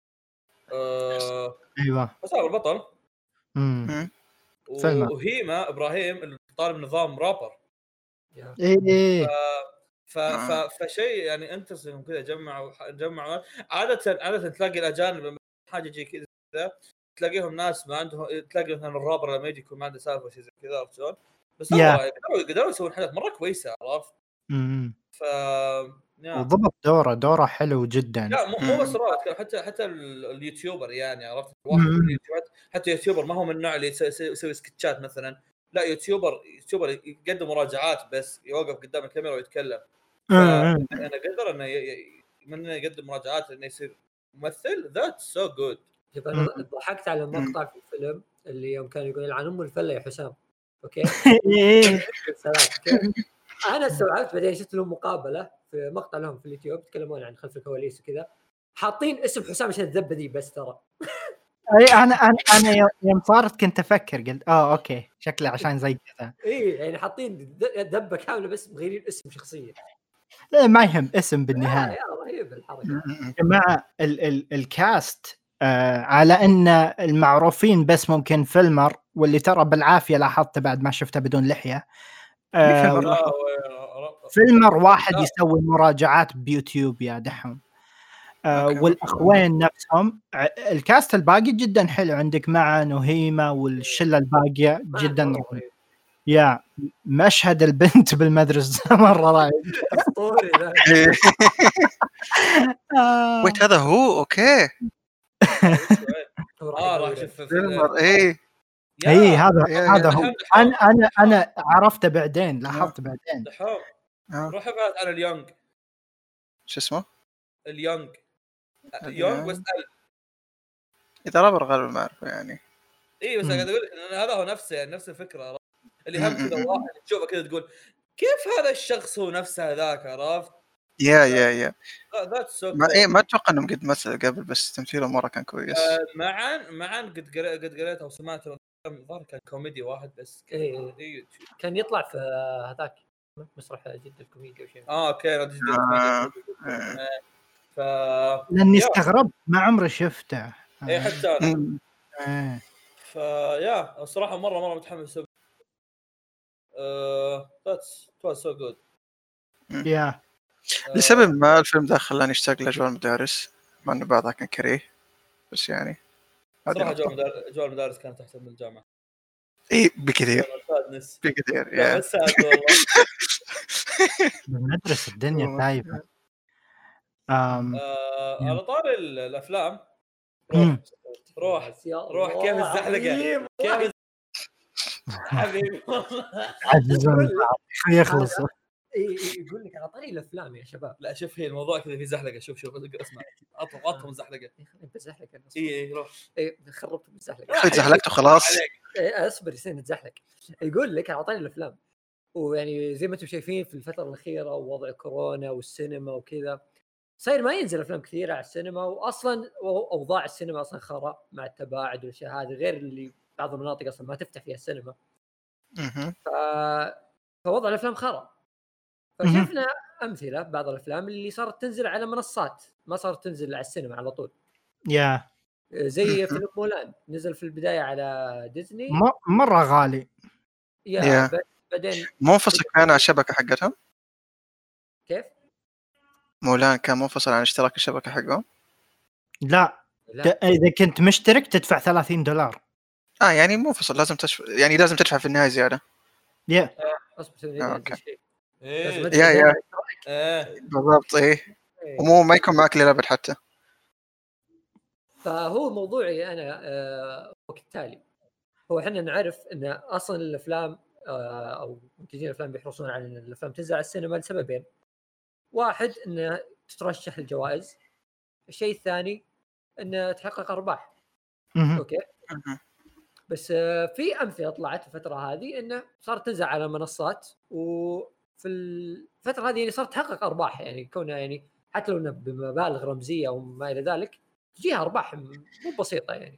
أه ايوه حسام البطل امم وهيما ابراهيم الطالب نظام رابر ايه ف ف فشيء يعني انترستنج كذا جمعوا جمعوا عاده عاده تلاقي الاجانب حاجه جي كذا تلاقيهم ناس ما عندهم تلاقي مثلا الرابر لما يجي يكون ما عنده سالفه شيء زي كذا عرفت شلون، بس والله قدروا قدروا يسوون حاجات مره كويسه عرفت. امم ف وضبط دوره دوره حلو جدا. لا مو مو بس رابر حتى حتى اليوتيوبر يعني عرفت واحد من اليوتيوبرات حتى يوتيوبر ما هو من النوع اللي يسوي سكتشات مثلا، لا يوتيوبر يوتيوبر يقدم مراجعات بس يوقف قدام الكاميرا ويتكلم. انا قدر انه من يقدم مراجعات انه يصير ممثل ذات سو جود. انا ضحكت على مقطع في الفيلم اللي يوم كان يقول يلعن ام الفله يا حسام اوكي انا استوعبت بعدين شفت لهم مقابله في مقطع لهم في اليوتيوب يتكلمون عن خلف الكواليس وكذا حاطين اسم حسام عشان الذبه دي بس ترى اي انا انا انا يوم صارت كنت افكر قلت اه اوكي شكله عشان زي كذا اي يعني حاطين ذبه كامله بس مغيرين اسم شخصيه. لا ما يهم اسم بالنهايه. يا رهيب الحركه جماعه ال ال الكاست آه على ان المعروفين بس ممكن فيلمر واللي ترى بالعافيه لاحظت بعد ما شفته بدون لحيه آه فيلمر واحد يسوي مراجعات بيوتيوب يا دحوم آه والاخوين نفسهم الكاست الباقي جدا حلو عندك مع نهيمه والشله الباقيه جدا رهيب. يا مشهد البنت بالمدرسه مره رهيب اسطوري ذا ويت هذا هو اوكي اه راح اشوف فيلمر ايه اي هذا هذا هو انا انا انا عرفته بعدين لاحظت بعدين دحوم روح ابحث عن اليونغ شو اسمه اليونغ يونغ بس ال اذا رابر غالبا ما اعرفه يعني اي بس قاعد اقول هذا هو نفسه يعني نفس الفكره اللي هم كذا واحد تشوفه كذا تقول كيف هذا الشخص هو نفسه هذاك عرفت يا يا يا ذات ما ايه ما اتوقع انه قد مثل قبل بس تمثيله مره كان كويس. آه معا معا قد قريت قد قريت او سمعت الظاهر كان كوميدي واحد بس إيه. إيه. كان يطلع في هذاك مسرح جدة الكوميديا وشيء اه اوكي رد جدة الكوميديا آه. ف لاني استغربت ما عمري شفته اي حتى انا آه. فيا الصراحه مره مره متحمس اه ذاتس واز سو جود يا لسبب ما الفيلم ده خلاني اشتاق لاجواء المدارس مع انه بعضها كان كريه بس يعني صراحه جو المدارس كانت احسن من الجامعه. ايه بكثير بكثير يا بس والله المدرسه الدنيا تايبه. امم على طاري الافلام روح روح كيف الزحلقه كيف حبيبي عزيزون يخلص يقول لك على طاري الافلام يا شباب. لا شوف هي الموضوع كذا في زحلقه شوف شوف اسمع اطلب اطلب الزحلقه بزحلقه اي اي روح اي خربت بالزحلقه زحلقته خلاص اصبر يصير نتزحلق. يقول لك على طاري الافلام ويعني زي ما انتم شايفين في الفتره الاخيره ووضع كورونا والسينما وكذا صاير ما ينزل افلام كثيره على السينما، واصلا اوضاع السينما اصلا خرا مع التباعد والاشياء هذه، غير اللي بعض المناطق اصلا ما تفتح فيها السينما. اها ف... فوضع الافلام خرا. فشفنا امثله بعض الافلام اللي صارت تنزل على منصات، ما صارت تنزل على السينما على طول. يا زي فيلم مولان نزل في البدايه على ديزني م- مره غالي. يا Yeah. بعدين منفصل كان على الشبكه حقتهم. كيف؟ مولان كان منفصل عن اشتراك الشبكه حقهم. لا, لا. ت- اذا كنت مشترك تدفع ثلاثين دولار. اه يعني منفصل، لازم تشف... يعني لازم تدفع في النهايه زياده. يا اصبر آه، أوكي. شيء ايه يا يا ايه بالضبط ايه، ومو ما يكون معك للابد حتى. فهو موضوعي انا آه وكالتالي، هو احنا نعرف ان اصلا الافلام آه او منتجين الافلام بيحرصون على ان الافلام تنزل على السينما لسببين. واحد انه تترشح الجوائز، الشيء الثاني انه تحقق ارباح. مهم. اوكي مهم. بس آه في امثله طلعت الفتره هذه انه صارت تنزل على منصات، وفي الفتره هذه يعني صارت تحقق ارباح، يعني كونها يعني حتى لو بمبالغ رمزيه او ما الى ذلك تجيها ارباح مو بسيطه يعني.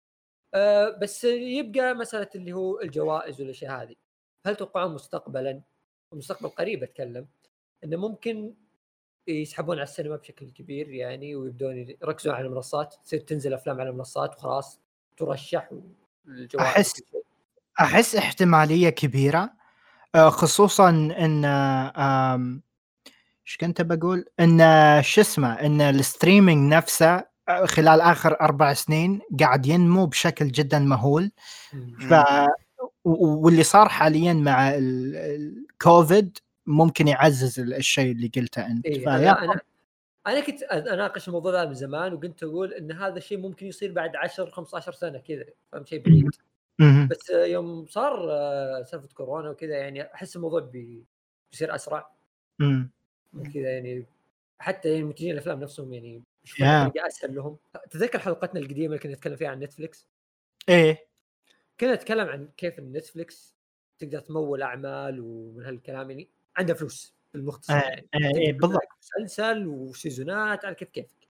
أه بس يبقى مساله اللي هو الجوائز والاشياء هذه. هل توقعون مستقبلا ومستقبل قريب اتكلم انه ممكن يسحبون على السينما بشكل كبير يعني، ويبدون يركزون على المنصات، تصير تنزل افلام على المنصات وخلاص ترشح الجوائز؟ احس احس احتماليه كبيره، آه، خصوصا ان آم، ايش كنت بقول ان شو اسمه ان الستريمينج نفسه آه، خلال اخر اربع سنين قاعد ينمو بشكل جدا مهول. ف و- واللي صار حاليا مع ال- الكوفيد ممكن يعزز ال- الشيء اللي قلته انت. إيه فيا انا انا انا كنت اناقش الموضوع هذا من زمان، وكنت اقول ان هذا الشيء ممكن يصير بعد عشرة خمسة عشر سنه كذا، فهم شيء بعيد. مهم. بس يوم صار آه، سالفه كورونا وكذا يعني احس الموضوع بي- بيصير اسرع مم. من كذا يعني. حتى يعني منتجين الافلام نفسهم يعني يشوفون يا. طريقه اسهل لهم. تذكر حلقتنا القديمه اللي كنا نتكلم فيها عن نتفليكس؟ ايه كنا نتكلم عن كيف النتفليكس تقدر تمول اعمال ومن هالكلام، يعني عنده فلوس بالمختصر آه، يعني. آه، تقدر إيه، تسوي بالضبط. لك مسلسل وسيزونات على كيف كيفك.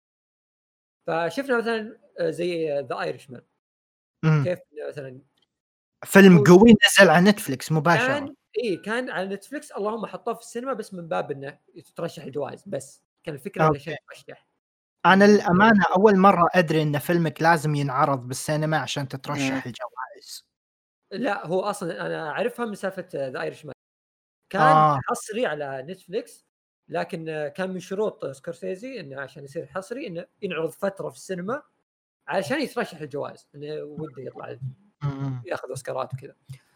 فشفنا مثلا آه، زي ذا ايرشمان، مم. كيف مثلا فيلم هو- قوي نزل على نتفليكس مباشره. كان ايه كان على نتفليكس، اللهم حطوه في السينما بس من باب انه ترشح الجوائز، بس كان الفكره انه أوكي. عشان ترشح. انا الامانه اول مره ادري ان فيلمك لازم ينعرض بالسينما عشان تترشح الجوائز. لا هو اصلا انا اعرفها من سالفه ذا ايرشمان، كان آه. حصري على نتفليكس، لكن كان من شروط سكورسيزي انه عشان يصير حصري انه ينعرض فتره في السينما علشان يترشح الجوائز، انه وده يطلع مم. ياخذ اوسكارات وكذا.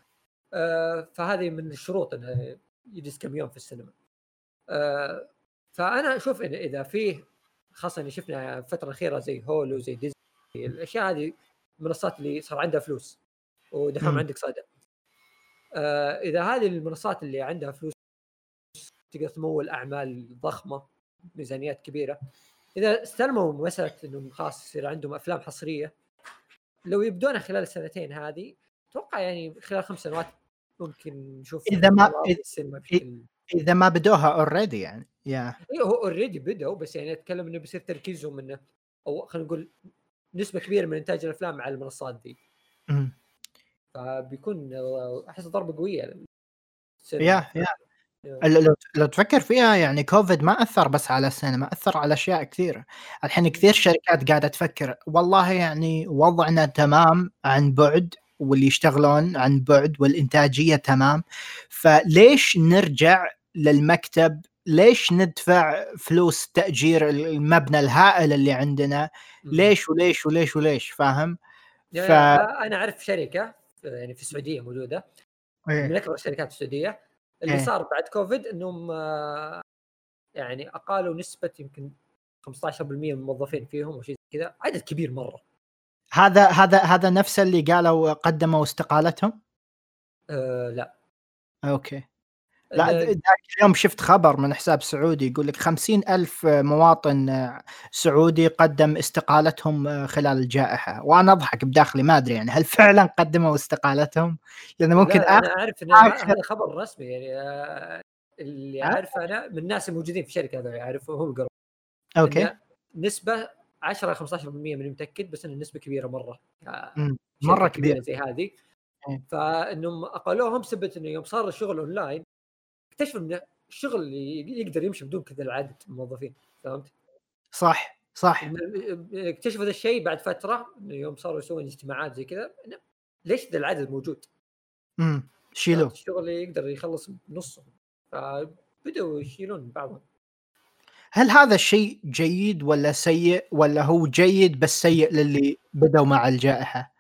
آه فهذه من الشروط انه يجلس كم يوم في السينما. آه فانا اشوف إن اذا فيه، خاصه اللي شفنا الفتره الاخيره زي هولو زي ديزني، الاشياء هذه المنصات اللي صار عندها فلوس ودحوم مم. عندك صدى. آه اذا هذه المنصات اللي عندها فلوس تقدر تمول اعمال ضخمه ميزانيات كبيره، اذا استلموا مساله انهم خلاص يصير عندهم افلام حصريه، لو يبدون خلال السنتين هذه اتوقع يعني خلال خمس سنوات ممكن نشوف اذا ما في السينما بشكل. اذا ما بدوها اوريدي يعني. يا ايه هو اوريدي بدأوا، بس يعني اتكلم انه بيصير تركيزهم انه، او خلينا نقول نسبه كبيره من انتاج الافلام على المنصات دي، مم. فبيكون احس ضربه قويه للسينما. يا يا لو لو تفكر فيها يعني كوفيد ما اثر بس على السينما، اثر على اشياء كثيره. الحين كثير شركات قاعده تفكر والله يعني وضعنا تمام عن بعد، واللي يشتغلون عن بعد والانتاجيه تمام، فليش نرجع للمكتب؟ ليش ندفع فلوس تاجير المبنى الهائل اللي عندنا؟ ليش وليش وليش وليش فاهم؟ ف... انا اعرف شركه يعني في السعوديه موجوده، إيه. من اكبر الشركات في السعوديه، اللي إيه. صار بعد كوفيد انهم يعني اقالوا نسبه يمكن خمسة عشر بالمئة من الموظفين فيهم وشيء كذا، عدد كبير مره. هذا هذا هذا نفس اللي قالوا قدموا استقالتهم؟ أه لا اوكي. لا ذاك اليوم شفت خبر من حساب سعودي يقول لك خمسين ألف مواطن سعودي قدم استقالتهم خلال الجائحة، وأنا أضحك بداخلي ما أدري يعني هل فعلا قدموا استقالتهم، لأنه ممكن لا أنا أعرف إن آخر... هذا خبر رسمي يعني آه اللي أعرفه أنا من الناس الموجودين في الشركة هذول يعرفوا هم قرروا أوكي نسبة عشرة إلى خمسة عشر بالمئة من متأكد، بس إن النسبة كبيرة مرة مم. مرة كبيرة زي هذه. فإنهم أقلوهم بسبب إنه يوم صار الشغل أونلاين اكتشفوا إن الشغل يقدر يمشي بدون كذا العدد من الموظفين. فهمت؟ صح صح. اكتشفوا هذا الشيء بعد فترة إنه يوم صاروا يسوون اجتماعات زي كذا، ليش ذا العدد موجود؟ امم شيلوه. الشغل يقدر يخلص بنصه، فبدأوا يشيلون بعضهم. هل هذا الشيء جيد ولا سيء، ولا هو جيد بس سيء للي بدأوا مع الجائحة؟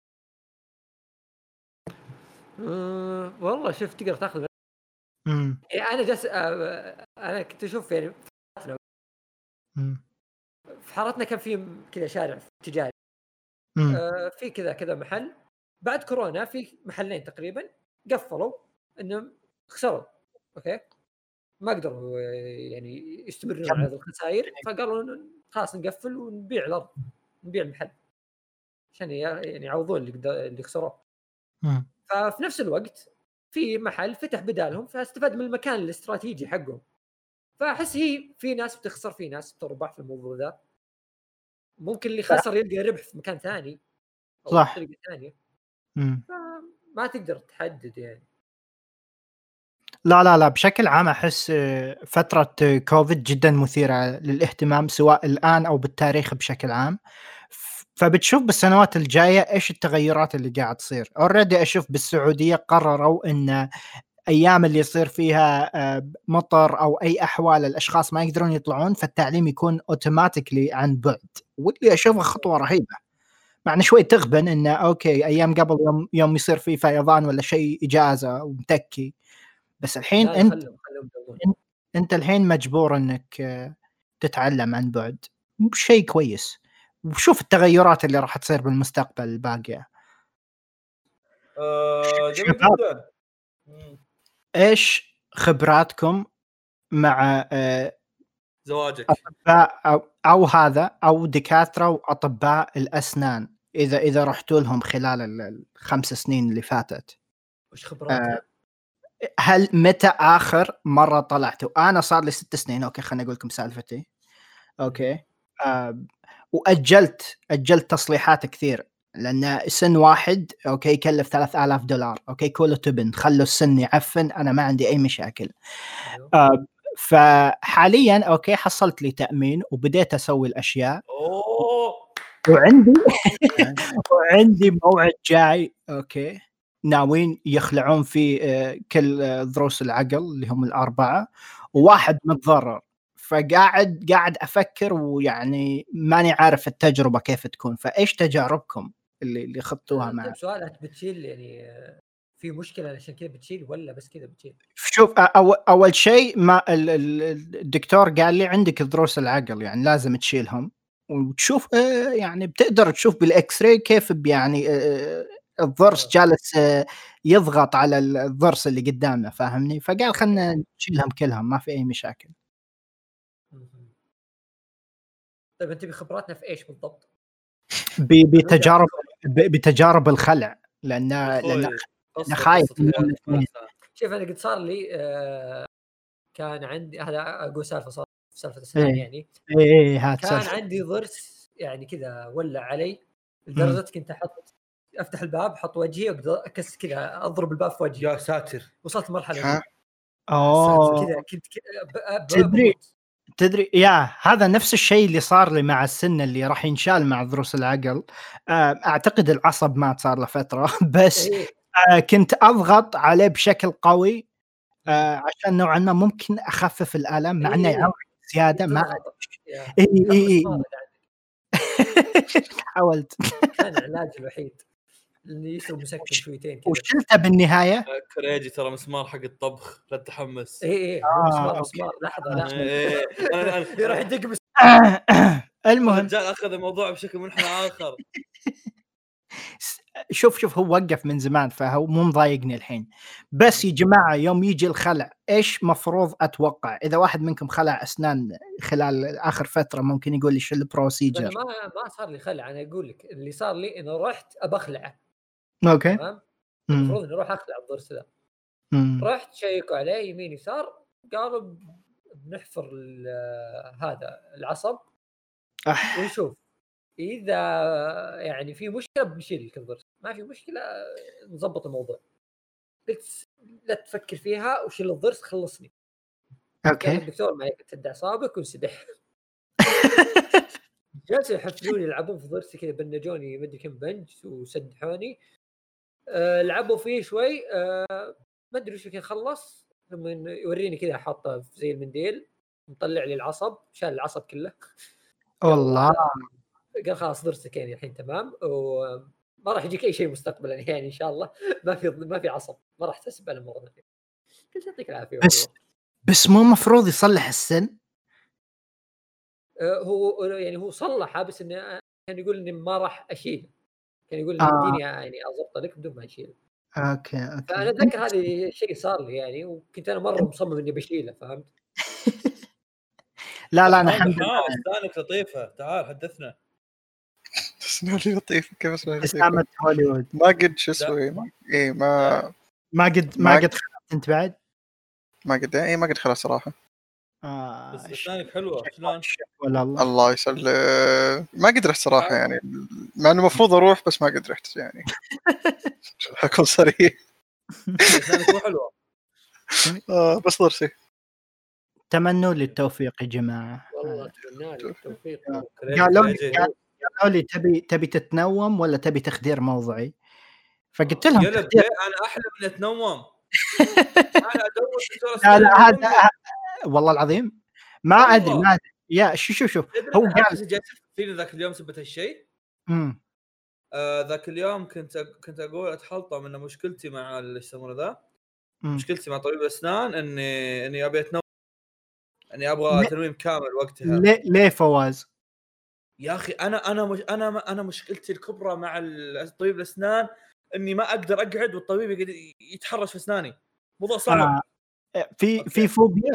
أه والله شفت تقدر تاخذ امم يعني انا جالس أه انا كنت اشوف يعني امم في حارتنا كان في كذا شارع تجاري أه في كذا كذا محل، بعد كورونا في محلين تقريبا قفلوا انهم خسروا. اوكي ما قدروا يعني يستمرون على هذه الخسائر، فقالوا خلاص نقفل ونبيع الارض، نبيع المحل عشان يعني يعوضون اللي اللي خسروه. ففي نفس الوقت في محل فتح بدالهم، فاستفاد من المكان الاستراتيجي حقهم. فاحس هي في ناس بتخسر، في ناس بتربح في الموضوع ذا. ممكن اللي خسر يلقى ربح في مكان ثاني او صح. طريقه ثانيه. امم ما تقدر تحدد يعني. لا لا لا بشكل عام احس فتره كوفيد جدا مثيره للاهتمام سواء الان او بالتاريخ بشكل عام. فبتشوف بالسنوات الجايه ايش التغيرات اللي قاعد تصير. اوريدي اشوف بالسعوديه قرروا ان ايام اللي يصير فيها مطر او اي احوال الاشخاص ما يقدرون يطلعون، فالتعليم يكون اوتوماتيكلي عن بعد، واللي اشوفها خطوه رهيبه. معنى شوي تغبن انه اوكي ايام قبل يوم يوم يصير فيه فيضان ولا شيء اجازه ومتكي، بس الحين انت خلهم خلهم انت, انت الحين مجبور انك تتعلم عن بعد، شيء كويس. وشوف التغيرات اللي راح تصير بالمستقبل الباقيه. أه جميل جدا. ايش خبراتكم مع أه زواجك أطباء أو, او هذا او دكاتره واطباء الاسنان، اذا اذا رحتوا لهم خلال الخمس سنين اللي فاتت؟ وش خبراتي؟ أه هل متى آخر مرة طلعتوا؟ أنا صار لي ست سنين أوكي خلنا أقول لكم سالفتي. أوكي أه وأجلت أجلت تصليحات كثير لأن سن واحد أوكي يكلف ثلاثة آلاف دولار. أوكي كله تبن، خلوا السن يعفن، أنا ما عندي أي مشاكل. أه فحاليا أوكي حصلت لي تأمين وبديت أسوي الأشياء. أوه. وعندي وعندي موعد جاي. أوكي ناويين يخلعون في كل ضروس العقل اللي هم الأربعة، وواحد متضرر. فقاعد قاعد أفكر ويعني ماني عارف التجربة كيف تكون. فإيش تجاربكم اللي اللي خضتوها معه؟ طيب سؤالك بتشيل يعني في مشكلة عشان كذا بتشيل ولا بس كذا بتشيل؟ شوف أول أول شيء ما الدكتور قال لي عندك ضروس العقل يعني لازم تشيلهم، وتشوف يعني بتقدر تشوف بالإكس راي كيف يعني الضرس جالس يضغط على الضرس اللي قدامنا، فاهمني؟ فقال خلنا نشيلهم كلهم ما في أي مشاكل. طيب أنت بخبراتنا في إيش بالضبط؟ بتجارب بتجارب الخلع، لأن لأن أنا خايف. شوف أنا قد صار لي آه كان عندي هذا أقول سالفة صار سالفة السنان إيه يعني إيه كان سالفة. عندي ضرس يعني كذا ولع علي لدرجة كنت أحط افتح الباب احط وجهي واقدر اكس كذا اضرب الباب في وجهي. يا ساتر وصلت مرحله دي. اوه كذا كنت تدري تدري يا هذا نفس الشيء اللي صار لي مع السن اللي راح ينشال مع ضروس العقل. اعتقد العصب مات صار له فتره بس إيه؟ كنت اضغط عليه بشكل قوي عشان نوعا ما ممكن اخفف الالم مع انه يعور زياده. ما اي اي حاولت. كان العلاج الوحيد اللي يسوي مسكن شويتين كذا وشلته بالنهايه. كريجي ترى مسمار حق الطبخ لا تتحمس. اي اي آه مسمار مسمار لحظه لحظه يروح يدق المهم الرجال اخذ الموضوع بشكل منحنى اخر. شوف شوف هو وقف من زمان فهو مو مضايقني الحين. بس يا جماعه يوم يجي الخلع ايش مفروض اتوقع؟ اذا واحد منكم خلع اسنان خلال اخر فتره ممكن يقول لي شو انا البروسيجر. ما ما صار لي خلع، انا اقول لك اللي صار لي انه رحت ابخلعه. اوكي. تمام. مم. المفروض اني اروح اخلع الضرس ذا. مم. رحت شيكوا عليه يمين يسار، قالوا بنحفر ال- هذا العصب أح. ونشوف اذا يعني في مشكله بنشيل لك الضرس، ما في مشكله نظبط الموضوع. قلت لا تفكر فيها وشيل الضرس خلصني. قال اوكي. الدكتور ما يقدر تدع اعصابك وانسدح. جالسوا يحفلوني يلعبون في ضرسي كذا، بنجوني مدري كم بنج وسدحوني. أه لعبوا فيه شوي، أه ما ادري وش كذا. خلص ثم يوريني كذا حاطه زي المنديل مطلع لي العصب، شال العصب كله. والله قال خلاص ضرسك يعني الحين تمام وما راح يجيك اي شيء مستقبلا يعني ان شاء الله. ما في ما في عصب، ما راح تحسب على الموضوع. قلت يعطيك العافيه. بس بس مو مفروض يصلح السن؟ أه هو يعني هو صلحها بس انه كان يقول اني ما راح اشيل، كان يقول آه. اديني يعني اضبط لك بدون ما اشيل. اوكي اوكي. فانا اتذكر هذا الشيء صار لي يعني، وكنت انا مره مصمم اني بشيله، فهمت؟ لا لا انا الحمد لله لله اسنانك لطيفه، تعال حدثنا. اسناني لطيف كيف اسناني استعملت لطيفة؟ هوليوود. ما قد شو اسوي ما... ايه ما ما قد ما ما قد خلصت انت بعد؟ ما قد ايه ما قد خلاص صراحة. آه بس اسنانك حلوه شلون؟ ولا الله. الله يسلم. ما قد رحت صراحة يعني، مع انه المفروض اروح بس ما قد رحت يعني. اكون صريح. اسنانك مو حلوه. آه بس ضرسي. تمنوا لي التوفيق يا جماعه. والله اتمنى لي التوفيق. قالوا لي قالوا لي تبي تبي تتنوم ولا تبي تخدير موضعي؟ فقلت لهم يلا تخدير. انا احلى من اتنوم. انا ادور لا لا هذا والله العظيم ما ادري ما ادري يا شو شو شو هو قال فيني ذاك اليوم سبت هالشيء. امم آه ذاك اليوم كنت كنت اقول اتحلطم ان مشكلتي مع اللي يسمونه ذا، مشكلتي مع طبيب الاسنان اني اني ابي اتنوم، اني ابغى تنويم كامل وقتها. ليه ليه فواز يا اخي انا انا مش انا انا مشكلتي الكبرى مع طبيب الاسنان اني ما اقدر اقعد والطبيب يقعد يتحرش في اسناني. موضوع صعب. آه. في أوكي. في فوبيا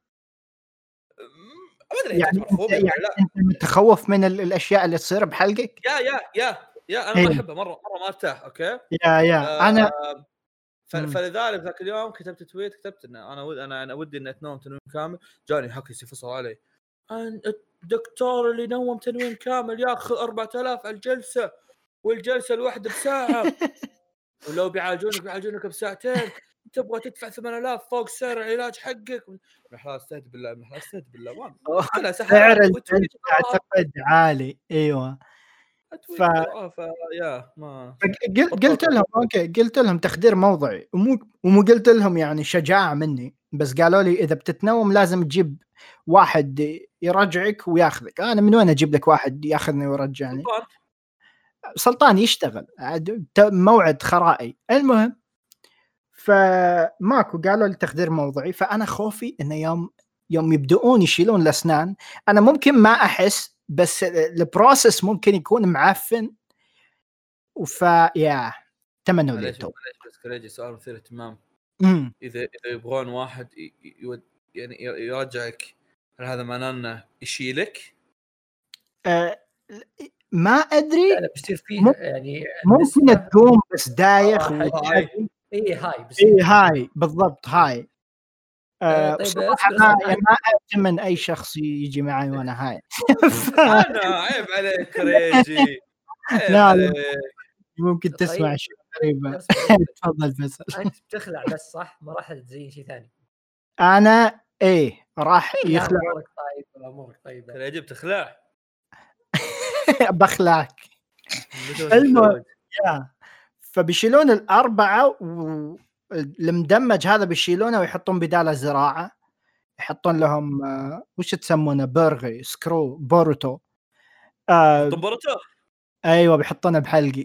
ما ادري يعني, يعني لا. انت متخوف من الاشياء اللي تصير بحلقك؟ يا يا يا يا انا ما احبها مره مره ما ارتاح. اوكي يا يا آه انا فلذلك ذاك اليوم كتبت تويت، كتبت ان انا ود انا انا ودي ان اتنوم تنويم كامل. جاني حكي يفصل علي، الدكتور اللي نوم تنويم كامل ياخذ أربعة آلاف على الجلسه، والجلسه الواحده بساعه، ولو بيعالجونك بيعالجونك بساعتين، تبغى تدفع ثمانية آلاف فوق سعر العلاج حقك. خلاص استهد بالله ما خلاص استهد بالله والله طلع سعر اعتقد عالي. ايوه ف... ف... يا ما قلت لهم اوكي، قلت لهم تخدير موضعي ومو ومو قلت لهم يعني شجاعه مني، بس قالوا لي اذا بتتنوم لازم تجيب واحد يرجعك وياخذك. انا من وين اجيب لك واحد ياخذني ويرجعني؟ سلطان, سلطان يشتغل موعد خرائي. المهم فماكو، قالوا لي تخدير موضعي. فانا خوفي انه يوم يوم يبدؤون يشيلون الاسنان انا ممكن ما احس، بس البروسس ممكن يكون معفن. وفا يا تمنوا لي تو بس كريجي سؤال مثير اهتمام. اذا اذا يبغون واحد يود يعني يرجعك، هل هذا معناه انه يشيلك؟ أه ما ادري. لا بيصير فيه مم... يعني ممكن تقوم بس دايخ. اي هاي بس اي هاي بالضبط هاي. أه طيب ما ما أتمنى أي شخص يجي معي وأنا هاي. أنا عيب عليك كريجي. لا ممكن تسمع شيء غريب. تفضل فيصل. أنت بتخلع بس صح؟ ما راح تزين شيء ثاني. أنا إيه راح يخلع. أمورك طيبة أمورك طيبة. كريجي بتخلع. بخلعك. المهم فبيشيلون الأربعة والمدمج هذا بيشيلونه ويحطون بداله زراعة، يحطون لهم آه وش تسمونه برغي سكرو بوروتو. آه بوروتو ايوه بيحطونه بحلقي.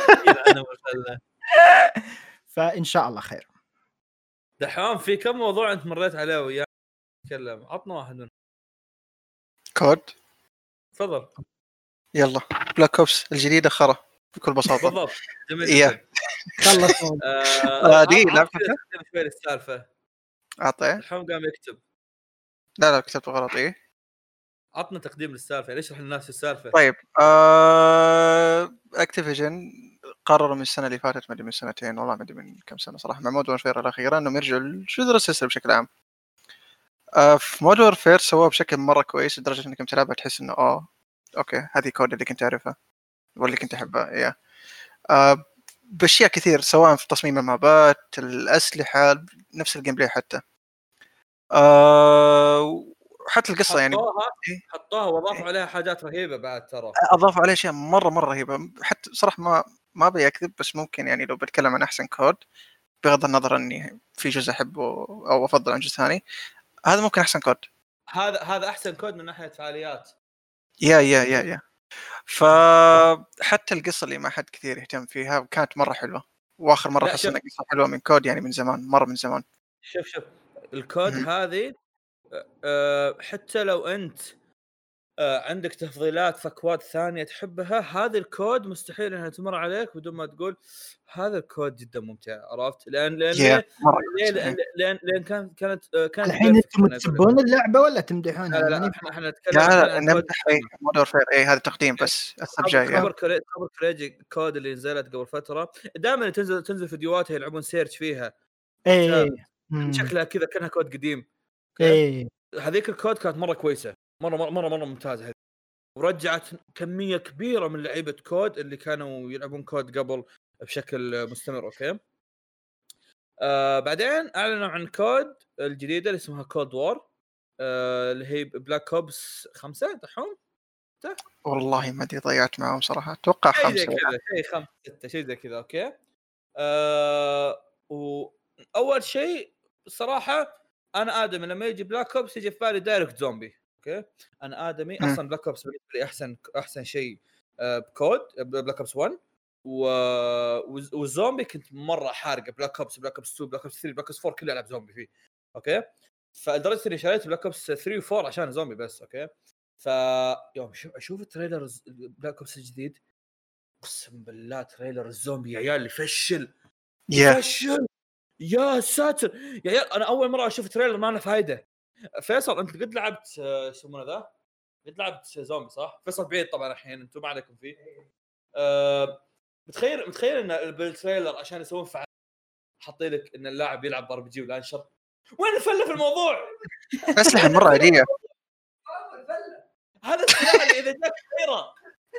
فان شاء الله خير. دحوم في كم موضوع انت مريت عليه وياه تكلم، عطنا واحد منهم. كود تفضل. يلا بلاك اوبس الجديده خرا بكل بساطه. بالضبط جميل إيه. جدا. خلص آه، دي آه، لعبة كذا تكلم شوي السالفه. اعطيه. الحين قام يكتب. لا لا كتبت غلط. ايه عطنا تقديم للسالفه، ليش اشرح للناس السالفه. طيب آه... اكتيفيجن قرروا من السنه اللي فاتت، ما ادري من سنتين والله، ما ادري من كم سنه صراحه، مع مود وورفير الاخيره، انهم يرجعوا لجذور السلسله بشكل عام. آه في مود وورفير سووه بشكل مره كويس لدرجه انك تلعبها تحس انه اه اوكي هذه كود اللي كنت اعرفها واللي كنت احبها. يا آه باشياء كثير سواء في تصميم المابات، الاسلحه، نفس الجيم بلاي حتى. آه حتى القصه يعني حطوها إيه؟ حطوها واضافوا عليها حاجات رهيبه بعد ترى. اضافوا عليه اشياء مره مره رهيبه. حتى صراحه ما ما ابي اكذب، بس ممكن يعني لو بتكلم عن احسن كود، بغض النظر اني في جزء احبه او افضل عن جزء ثاني، هذا ممكن احسن كود. هذا هذا احسن كود من ناحيه فعاليات. يا يا يا يا فحتى القصه اللي ما حد كثير يهتم فيها كانت مره حلوه، واخر مره لا، حس شوف. انها قصه حلوه من كود يعني من زمان، مره من زمان. شوف شوف الكود مم. هذه أه حتى لو انت أه عندك تفضيلات في اكواد ثانيه تحبها، هذا الكود مستحيل انها تمر عليك بدون ما تقول هذا الكود جدا ممتع. عرفت؟ لان لان يا ليه؟ مره ليه؟ كويس. لان لان, لان كانت كانت آه، كانت الحين انتم تسبون اللعبه ولا تمدحونها؟ لا لا, أنا لا ماني احنا احنا نتكلم لا الحين لا عن كود نمدح اي مود وورفير اي هذا تقديم بس السب جاي. خبر كريج خبر كريج كود اللي نزلت قبل فتره، دائما تنزل تنزل فيديوهات يلعبون سيرش فيها. ايه شكلها كذا كانها كود قديم. ايه هذيك الكود كانت مره كويسه، مره مره مره, مرة ممتازه هذه، ورجعت كميه كبيره من لعيبه كود اللي كانوا يلعبون كود قبل بشكل مستمر. اوكي آه بعدين اعلنوا عن كود الجديده اللي اسمها كود وور، آه اللي هي بلاك اوبس خمسة دحوم. والله ما ادري ضيعت معهم صراحه، اتوقع شيء خمسه زي كذا، شيء خمسة ستة شيء زي كذا. اوكي آه واول شيء صراحه انا ادمي لما يجي بلاك اوبس يجي في بالي دايركت زومبي. اوكي انا ادمي م. اصلا بلاك اوبس بالنسبه لي احسن احسن شيء آه بكود بلاك اوبس واحد و... والزومبي كنت مره حارقه بلاك اوبس بلاك اوبس اثنين بلاك اوبس ثلاثة بلاك اوبس أربعة كله العب زومبي فيه. اوكي فلدرجه اني شريت بلاك اوبس ثلاثة و4 عشان زومبي بس. اوكي فيوم اشوف التريلر بلاك اوبس الجديد اقسم بالله تريلر الزومبي يا عيال يفشل يفشل يا ساتر يا عيال. انا اول مره اشوف تريلر ما له فايده. فيصل انت قد لعبت يسمونه ذا قد لعبت زومبي صح؟ فيصل بعيد طبعا الحين انتم ما عليكم فيه. أه متخيل متخيل ان بالتريلر عشان يسوون فعال حاطين لك ان اللاعب يلعب ار بي جي ولا انشر. وين الفله في الموضوع؟ اسلحه مره عاديه. هذا السلاح اللي اذا جاك خيره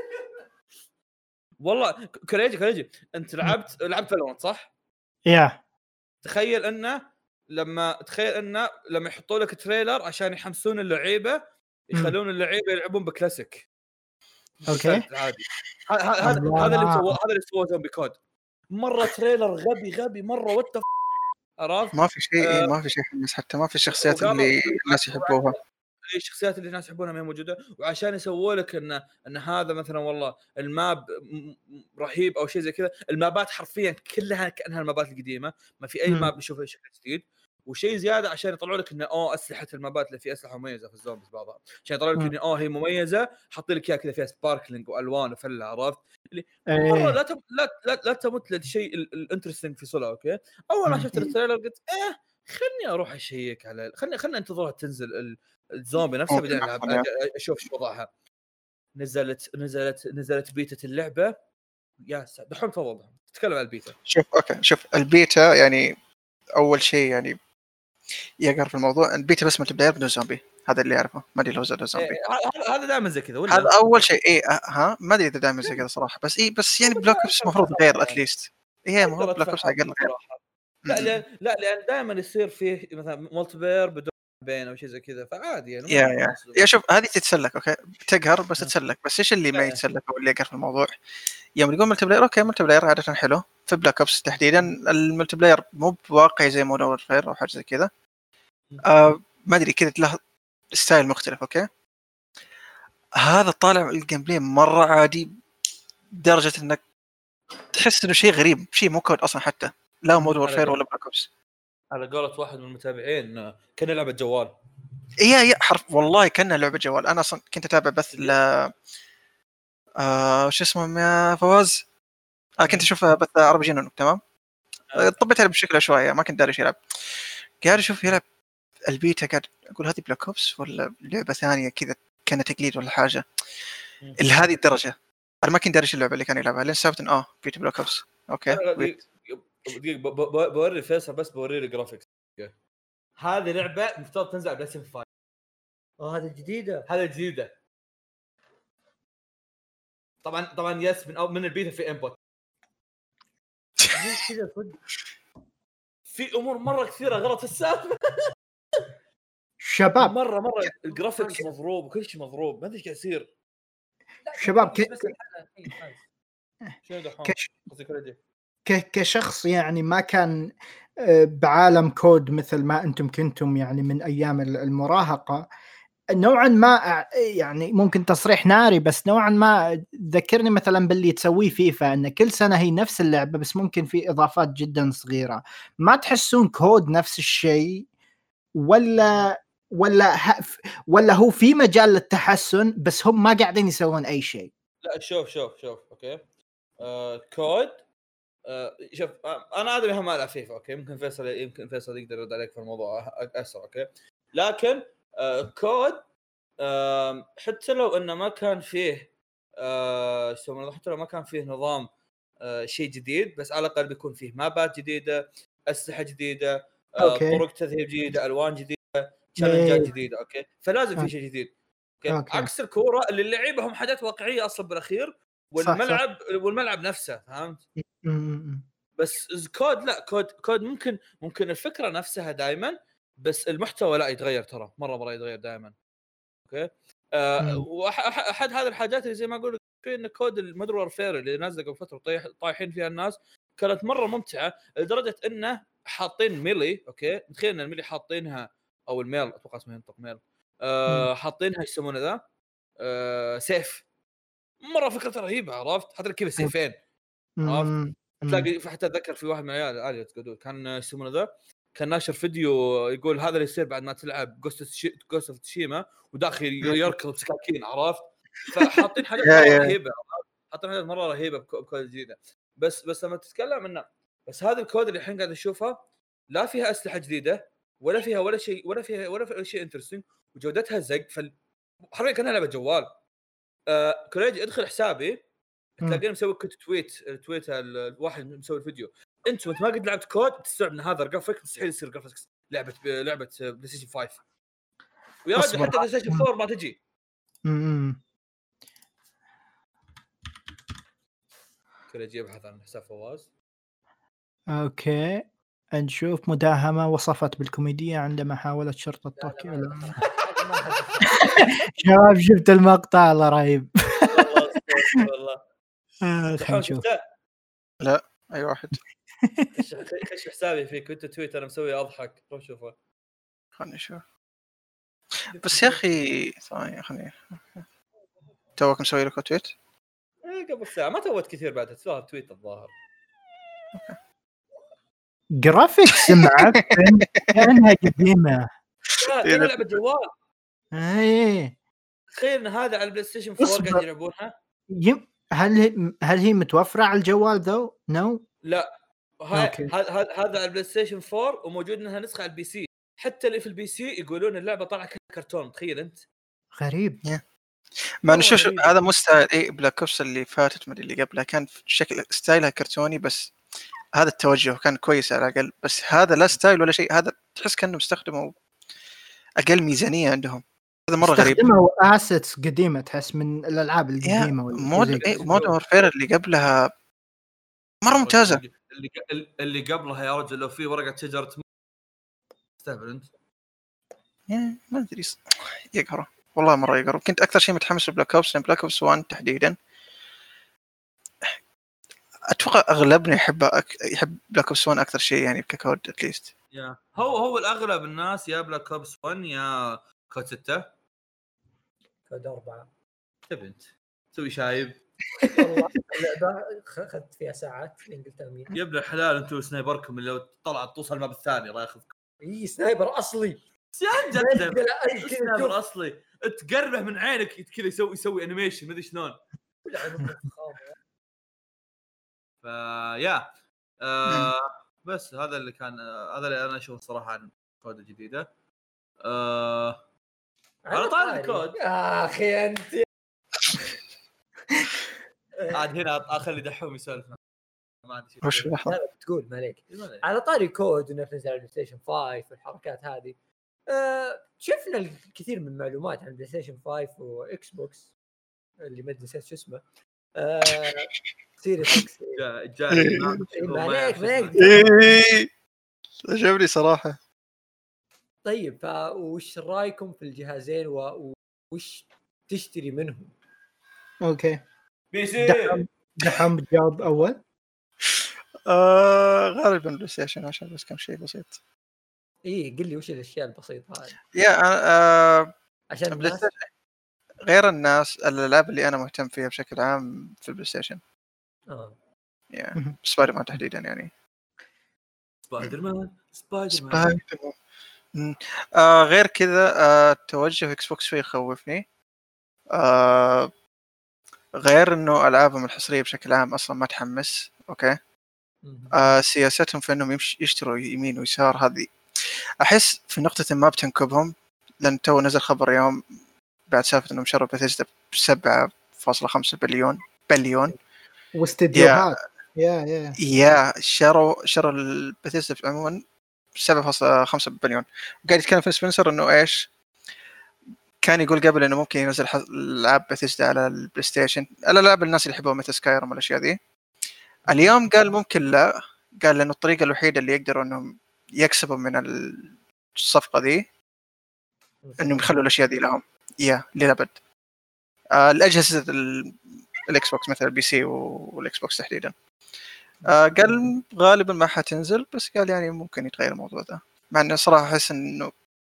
والله. كريجي كريجي انت لعبت لعبت فالورانت صح؟ يا تخيل انه لما تخيل انه لما يحطوا لك تريلر عشان يحمسون اللعيبه يخلون اللعيبه يلعبون بكلاسيك. اوكي عادي هذا هذا اللي سووه هذا اللي سووه زومبي كود. مره تريلر غبي غبي مره وات عرفت ما في شيء آه ما في شيء حمس، حتى ما في الشخصيات اللي الناس يحبوها. الشخصيات اللي الناس يحبونها ما هي موجوده. وعشان يسووا لك ان ان هذا مثلا والله الماب رهيب او شيء زي كذا. المابات حرفيا كلها كانها المابات القديمه، ما في اي ماب نشوفه شكل جديد. وشيء زياده عشان يطلعوا لك انه اوه اسلحه المابات اللي في اسلحه مميزه في الزومبيز بعضها، عشان يطلعوا لك انه اوه هي مميزه حاطين لك اياها كذا فيها سباركلينج والوان وفله. عرفت اللي مره لا تم... لا لا, لا تمت للشيء الانترستنج في صله. اوكي اول ما شفت التريلر قلت ايه خلني اروح اشيك على خلني خلني انتظرها تنزل ال... الزومبي نفسه بعدين العب اشوف شو وضعها. نزلت نزلت نزلت بيتا اللعبه يا ساتر دحوم تفضل تتكلم عن البيتا. شوف اوكي شوف البيتا يعني اول شيء يعني يقرب في الموضوع البيتا بس ملتي بلاير بدون زومبي، هذا اللي اعرفه. ما ادري لو زاد زومبي هذا إيه دائما زي كذا ولا هذا اول شيء. اي ها ما ادري اذا دائما زي كذا صراحه، بس اي بس يعني بلاك اوبس المفروض غير اتليست. هي المفروض بلاك اوبس اقل غير. لا لأن لا لان دائما يصير فيه مثلا ملتي بلاير بدون بين او شيء زي كذا فعادي يعني. يا يا يا شوف هذه تتسلك اوكي بتقهر بس تتسلك. بس ايش اللي ما يتسلك او اللي يقهر في الموضوع يوم يقول ملتي بلاير. اوكي ملتي بلاير عاده حلو في بلاك اوبس تحديدا. الملتي بلاير مو بواقعي زي مودرن وورفير او حاجه زي كذا. آه ما ادري كذا له ستايل مختلف. اوكي هذا طالع الجيم بلاي مره عادي درجه انك تحس انه شيء غريب، شيء مو كود اصلا حتى لا مودرن وورفير ولا بلاك اوبس. على قولة واحد من المتابعين كان لعبة جوال. إيه يا حرف والله كنا لعبة جوال. أنا أصلا كنت أتابع بث ل آه شو اسمه يا فواز آه كنت اشوف بث عربي جنون تمام. طبيت عليه بشكل عشوائي ما كنت داري ايش يلعب. قاعد اشوف يلعب البيتا قاعد اقول هذه بلاك اوبس ولا لعبه ثانيه كذا كانت تقليد ولا حاجه لهذه الدرجه. انا ما كنت داري ايش اللعبه اللي كان يلعبها لين سافت اه بيتا بلاك اوبس. اوكي دقيقه بوري فيصل بس بوري الجرافيكس. هذه لعبه مفترض تنزل على بلاي ستيشن خمسة. اه هذه الجديده هذه الجديده طبعا طبعا يس من أو من البيتا في انبوت كذا صدق في امور مره كثيره غلط في السالفه. شباب مره مره الجرافيكس مضروب وكل شيء مضروب ما ادري ايش قاعد يصير. شباب ك... شنو دحوم كش... قصدي كل ك... كشخص يعني ما كان بعالم كود مثل ما انتم كنتم يعني من ايام المراهقه نوعا ما يعني ممكن تصريح ناري بس نوعا ما ذكرني مثلا باللي تسويه فيفا ان كل سنه هي نفس اللعبه بس ممكن في اضافات جدا صغيره. ما تحسون كود نفس الشيء ولا ولا ه... ولا هو في مجال للتحسن بس هم ما قاعدين يسوون اي شيء؟ لا شوف شوف شوف اوكي آه، كود آه، شوف آه، انا ادري هم على فيفا اوكي ممكن فيصل يمكن فيصل يقدر يرد عليك في الموضوع اسرع اوكي لكن آه، كود آه، حتى لو انه ما كان فيه آه، حتى لو ما كان فيه نظام آه، شيء جديد بس على الاقل بيكون فيه مابات جديده اسلحه جديده آه، طرق تذهيب جديده الوان جديده تشالنجات جديده اوكي فلازم في شيء جديد أوكي. أوكي. عكس الكوره اللي اللعيبه هم حاجات واقعيه اصلا بالاخير والملعب صح صح. والملعب نفسه فهمت بس كود لا كود كود ممكن ممكن الفكره نفسها دائما بس المحتوى لا يتغير ترى مره مره يتغير دائما اوكي آه واحد هذه الحاجات اللي زي ما اقول في ان كود المودرن وورفير اللي نازل قبل فتره طيح طايحين فيها الناس كانت مره ممتعه لدرجه انه حاطين ميلي اوكي متخيل ان الميلي حاطينها او الميل اتوقع اسمه ينطق ميل آه حاطينها ايش يسمونه ذا آه سيف مره فكره رهيبه عرفت حتى كيف سيفين عرفت تلاقي حتى اتذكر في واحد من العيال اليوت قدود كان يسمونه ذا كان ناشر فيديو يقول هذا اللي يصير بعد ما تلعب جوست جوست اوف تشيما وداخل يركض بسكاكين عرفت فحاطين حاجات مره رهيبه حاطين حاجات مره رهيبه بكود جديده بس بس لما تتكلم انه بس هذا الكود اللي الحين قاعد نشوفها لا فيها اسلحه جديده ولا فيها ولا شيء ولا فيها ولا في شيء انترستينج وجودتها زق فال حرفيا كانها لعبه جوال آه كوريجي ادخل حسابي تلاقيني مسوي كنت تويت تويت الواحد مسوي الفيديو انت وانت ما قد لعبت كود تستوعب ان هذا الجرافيك مستحيل يصير جرافيكس لعبه لعبه بلاي ستيشن خمسة ويا رجل حتى بلاي ستيشن أربعة ما تجي امم كوريجي يبحث عن حساب فواز اوكي نشوف مداهمة وصفت بالكوميديا عندما حاولت شرطة طوكيو شباب شفت المقطع الله رهيب والله خلينا نشوف لا اي واحد خش حسابي في كنت تويت انا مسوي اضحك روح شوفه خلني اشوف بس يا اخي ثانية خلني توك مسوي لك تويت ايه قبل ساعة ما توت كثير بعد تظهر تويت الظاهر جرافيكس معفن كأنها قديمة كأنها لعبة جوال ايه تخيل ان هذا على البلاي ستيشن أربعة قاعد يلعبونها يم... هل هل هي متوفرة على الجوال ذو نو no? لا هذا هذا على البلاي ستيشن أربعة وموجود منها نسخة على البي سي حتى اللي في البي سي يقولون اللعبة طالعة كرتون تخيل انت غريب yeah. ما نشوف هذا مستوى اي بلاك اوبس اللي فاتت من اللي قبلها كان شكل ستايلها كرتوني بس هذا التوجه كان كويس على الأقل بس هذا لا ستايل ولا شيء هذا تحس كأنهم استخدموا أقل ميزانية عندهم هذا مرة غريب استخدموا أسيتس قديمة تحس من الألعاب القديمة مود إيه مود وورفير اللي قبلها مرة ممتازة اللي اللي قبلها يا رجل لو في ورقة شجرة استهبل أنت يا ما أدري يقهر والله مرة يقهر كنت أكثر شيء متحمس لبلاك أوبس بلاك أوبس واحد تحديدا اتوقع اغلبنا يحب أك... يحب بلاك اوبس واحد اكثر شيء يعني ككود اتليست يا هو هو الاغلب الناس يا بلاك اوبس واحد يا كود ستة كود أربعة تبي انت تسوي شايب والله اللعبه اخذت فيها ساعات قلت امين يا ابن الحلال انتم سنايبركم اللي لو طلعت توصل الماب الثاني الله ياخذكم اي سنايبر اصلي سنايبر اصلي تقربه من عينك كذا يسوي يسوي انيميشن ما ادري شلون فيا آه بس هذا اللي كان آه هذا اللي انا اشوف صراحه عن كود الجديده. آه على طاري الكود يا اخي انت عاد هنا اخلي دحوم يسولف ما عندي شيء. وش لحظه لا بتقول ما عليك. على طاري كود ونفس على البلاي ستيشن خمسة والحركات هذه، أه شفنا الكثير من المعلومات عن بلاي ستيشن خمسة واكس بوكس اللي ما ادري نسيت شو اسمه أه سيريس اكس. جاء جاء ما عليك ما عليك. ايه عجبني صراحه. طيب فوش رايكم في الجهازين ووش تشتري منهم؟ اوكي بي سي دحم دحم جاب اول. آه غالبا بلاي ستيشن عشان بس كم شيء بسيط. ايه قل لي وش الاشياء البسيطه هذه يا آه عشان بلاي الناس ستيشن غير الناس الالعاب اللي انا مهتم فيها بشكل عام في البلاي ستيشن. اه يا سبايدر مان تحديدا يعني سبايدر مان سبايدر مان سبايدر مان. آه غير كذا آه توجه اكس بوكس فيه يخوفني. آه غير انه العابهم الحصريه بشكل عام اصلا ما تحمس. اوكي آه سياستهم في انهم يمش يشتروا يمين ويسار هذه احس في نقطه ما بتنكبهم، لان تو نزل خبر يوم بعد سالفه انهم شروا بثيسدا بسبعة فاصلة خمسة بليون بليون واستديوهات يا يا يا شروا شروا البثيسدا عموما سبعة فاصلة خمسة بليون. قاعد يتكلم في سبنسر انه ايش كان يقول قبل انه ممكن ينزل العاب بثيسدا على البلاي ستيشن، الالعاب الناس اللي يحبوها مثل سكايرم والاشياء ذي. اليوم قال ممكن لا، قال لانه الطريقه الوحيده اللي يقدروا انهم يكسبوا من الصفقه ذي انهم يخلوا الاشياء ذي لهم يا للابد. آه الاجهزه الاكس بوكس مثل البي سي والاكس بوكس تحديدا. آه قال غالبا ما حتنزل، بس قال يعني ممكن يتغير الموضوع ده، مع انه صراحه احس انه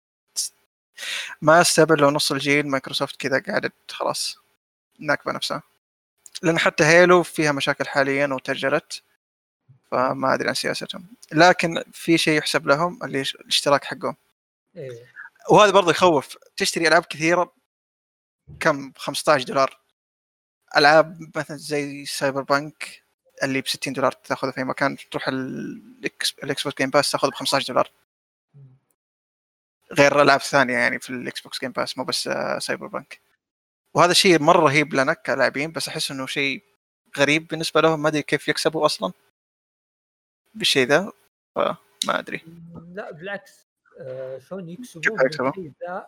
ما استقبل لو نص الجيل مايكروسوفت كذا قاعدة خلاص ناكبة نفسها، لأن حتى هيلو فيها مشاكل حاليا وتأجلت، فما أدري عن سياستهم. لكن في شيء يحسب لهم اللي الاشتراك حقهم إيه. وهذا برضه يخوف. تشتري ألعاب كثيرة كم خمسة عشر دولار، ألعاب مثلا زي سايبر بانك اللي بستين دولار تأخذها في مكان، تروح الإكس بوكس جيم باس تأخذ بخمسة عشر دولار، غير ألعاب ثانية يعني في الإكس بوكس جيم باس مو بس سايبر بانك. وهذا شيء مرة رهيب لنا كلاعبين، بس أحس إنه شيء غريب بالنسبة لهم، ما أدري كيف يكسبوا أصلاً بالشيء ذا، فما أدري. لا بالعكس آه شلون يكسبون بالشيء ذا؟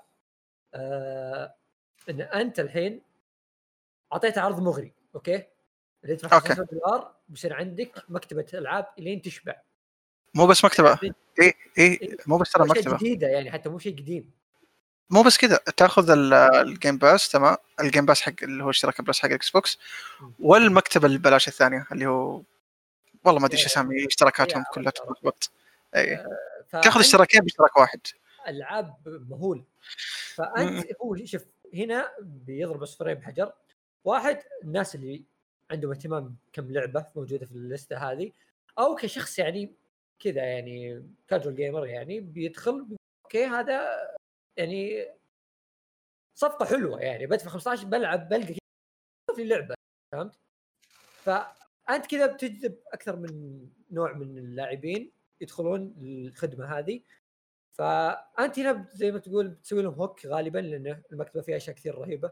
آه إن أنت الحين أعطيت عرض مغري، أوكي؟ اللي تدفع خمسة دولار بيصير عندك مكتبة ألعاب إلين تشبع. مو بس مكتبة، إيه إيه مو بس ترى مكتبة جديدة يعني، حتى مو شيء قديم. مو بس كذا، تاخذ الجيم باس تمام، الجيم باس حق اللي هو اشتراك بس حق الاكس بوكس، والمكتبه اللي ببلاش الثانيه اللي هو والله ما ادري ايش اسامي اشتراكاتهم كلها في وقت. اي آه تاخذ اشتراكين باشتراك واحد، العاب مهول. فانت هو شوف هنا بيضرب عصفورين بحجر واحد، الناس اللي عندهم اهتمام كم لعبه موجوده في الليسته هذه، او كشخص يعني كذا يعني كاجوال جيمر يعني بيدخل اوكي هذا يعني صفقه حلوه يعني بدفع خمسة عشر بلعب بلقى في اللعبه، فهمت؟ فانت كذا بتجذب اكثر من نوع من اللاعبين يدخلون الخدمه هذه. فانت هنا زي ما تقول بتسوي لهم هوك غالبا، لان المكتبه فيها اشياء كثير رهيبه.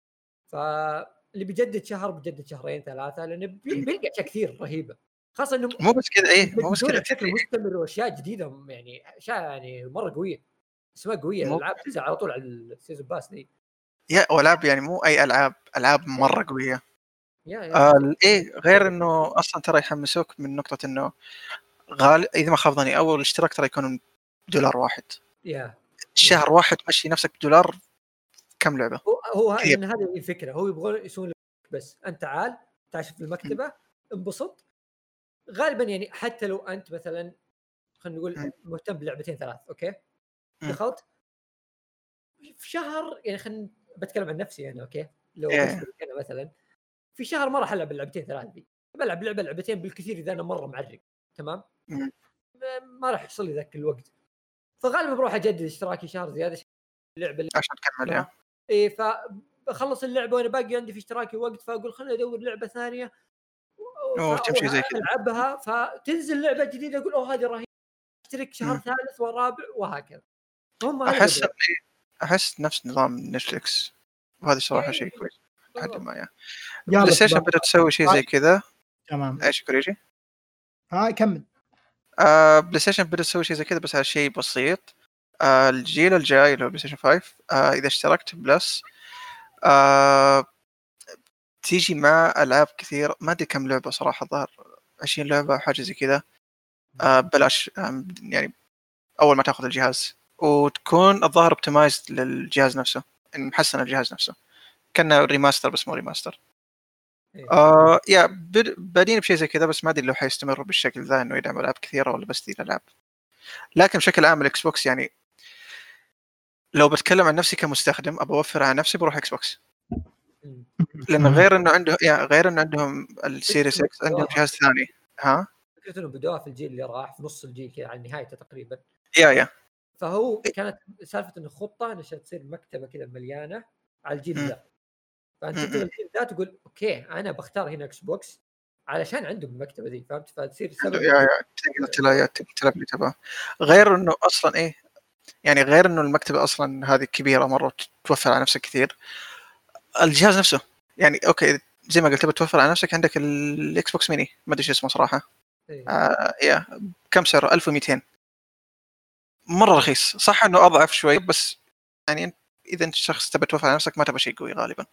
فاللي بيجدد شهر بيجدد شهرين ثلاثه، لانه بيلقى اشياء كثير رهيبه، خاصه انه مو بس كذا ايه مو بس كذا بشكل مستمر واشياء جديده يعني اشياء يعني مره قويه، اسمها قويه. الالعاب تنزل على طول على السيزون باس دي يا والعاب يعني مو اي العاب، العاب مره قويه. يا يا آه ايه غير انه اصلا ترى يحمسوك من نقطه انه غالي اذا ما خاب ظني اول اشتراك ترى يكون دولار واحد. يا شهر واحد مشي نفسك بدولار كم لعبه. هو هو هذه الفكره، هو يبغون يسوون بس انت تعال تعال شوف المكتبه انبسط. غالبا يعني حتى لو انت مثلا خلينا نقول مهتم بلعبتين ثلاث اوكي دخلت في شهر يعني خلينا بتكلم عن نفسي يعني اوكي لو انا مثلا في شهر ما راح العب اللعبتين ثلاث دي، بلعب لعبه لعبتين بالكثير اذا انا مره معرق تمام ما راح يحصل لي ذاك الوقت. فغالبا بروح اجدد اشتراكي شهر زياده اللعبه اللي عشان تكملها. ايه فبخلص اللعبه وانا باقي عندي في اشتراكي وقت، فاقول خليني ادور لعبه ثانيه أوه، تمشي زي كذا. العبها فتنزل لعبه جديده اقول اوه هذه رهيبه اشترك شهر ثالث ورابع وهكذا. هم احس احس نفس نظام نتفليكس، وهذا صراحه شيء كويس لحد ما. يا بلاي ستيشن بدأت تسوي شيء زي كذا. تمام. ايش كوريجي؟ هاي كمل. آه بلاي ستيشن بدأت تسوي شيء زي كذا بس هذا شيء بسيط. آه الجيل الجاي اللي هو بلاي ستيشن خمسة، آه اذا اشتركت بلس آه تيجي مع العاب كثير، ما ادري كم لعبه صراحه، ظهر عشرين لعبه او حاجه زي كذا آه بلاش. آه يعني اول ما تاخذ الجهاز، وتكون الظاهر اوبتمايزد للجهاز نفسه، ان محسن الجهاز نفسه كأنه ريماستر بس مو ريماستر. آه يا بادين بشيء زي كذا، بس ما ادري لو حيستمر بالشكل ذا انه يدعم العاب كثيره ولا بس دي الالعاب. لكن بشكل عام الاكس بوكس يعني لو بتكلم عن نفسي كمستخدم ابى اوفر على نفسي بروح اكس بوكس، لان غير انه عنده يعني غير انه عندهم السيريس اكس عندهم جهاز ثاني. ها فكرة انه بدوها في الجيل اللي راح في نص الجيل كذا على نهايته تقريبا. يا يا فهو كانت سالفه انه خطه نشأت تصير مكتبه كذا مليانه على الجيل ذا، فانت تبغى الجيل ذا تقول اوكي انا بختار هنا اكس بوكس علشان عندهم المكتبه ذي، فهمت؟ فتصير سبب يا يا تقدر تلاقيات تلعب اللي تبغاه. غير انه اصلا ايه يعني غير انه المكتبه اصلا هذه كبيره مره توفر على نفسك كثير. الجهاز نفسه يعني اوكي زي ما قلت بتوفر على نفسك، عندك الاكس بوكس ميني ما ادري ايش اسمه صراحه. إيه. آه يا كم سعره؟ ألف ومئتين، مره رخيص. صح انه اضعف شوي بس يعني اذا انت شخص تبي توفر على نفسك ما تبغى شيء قوي غالبا،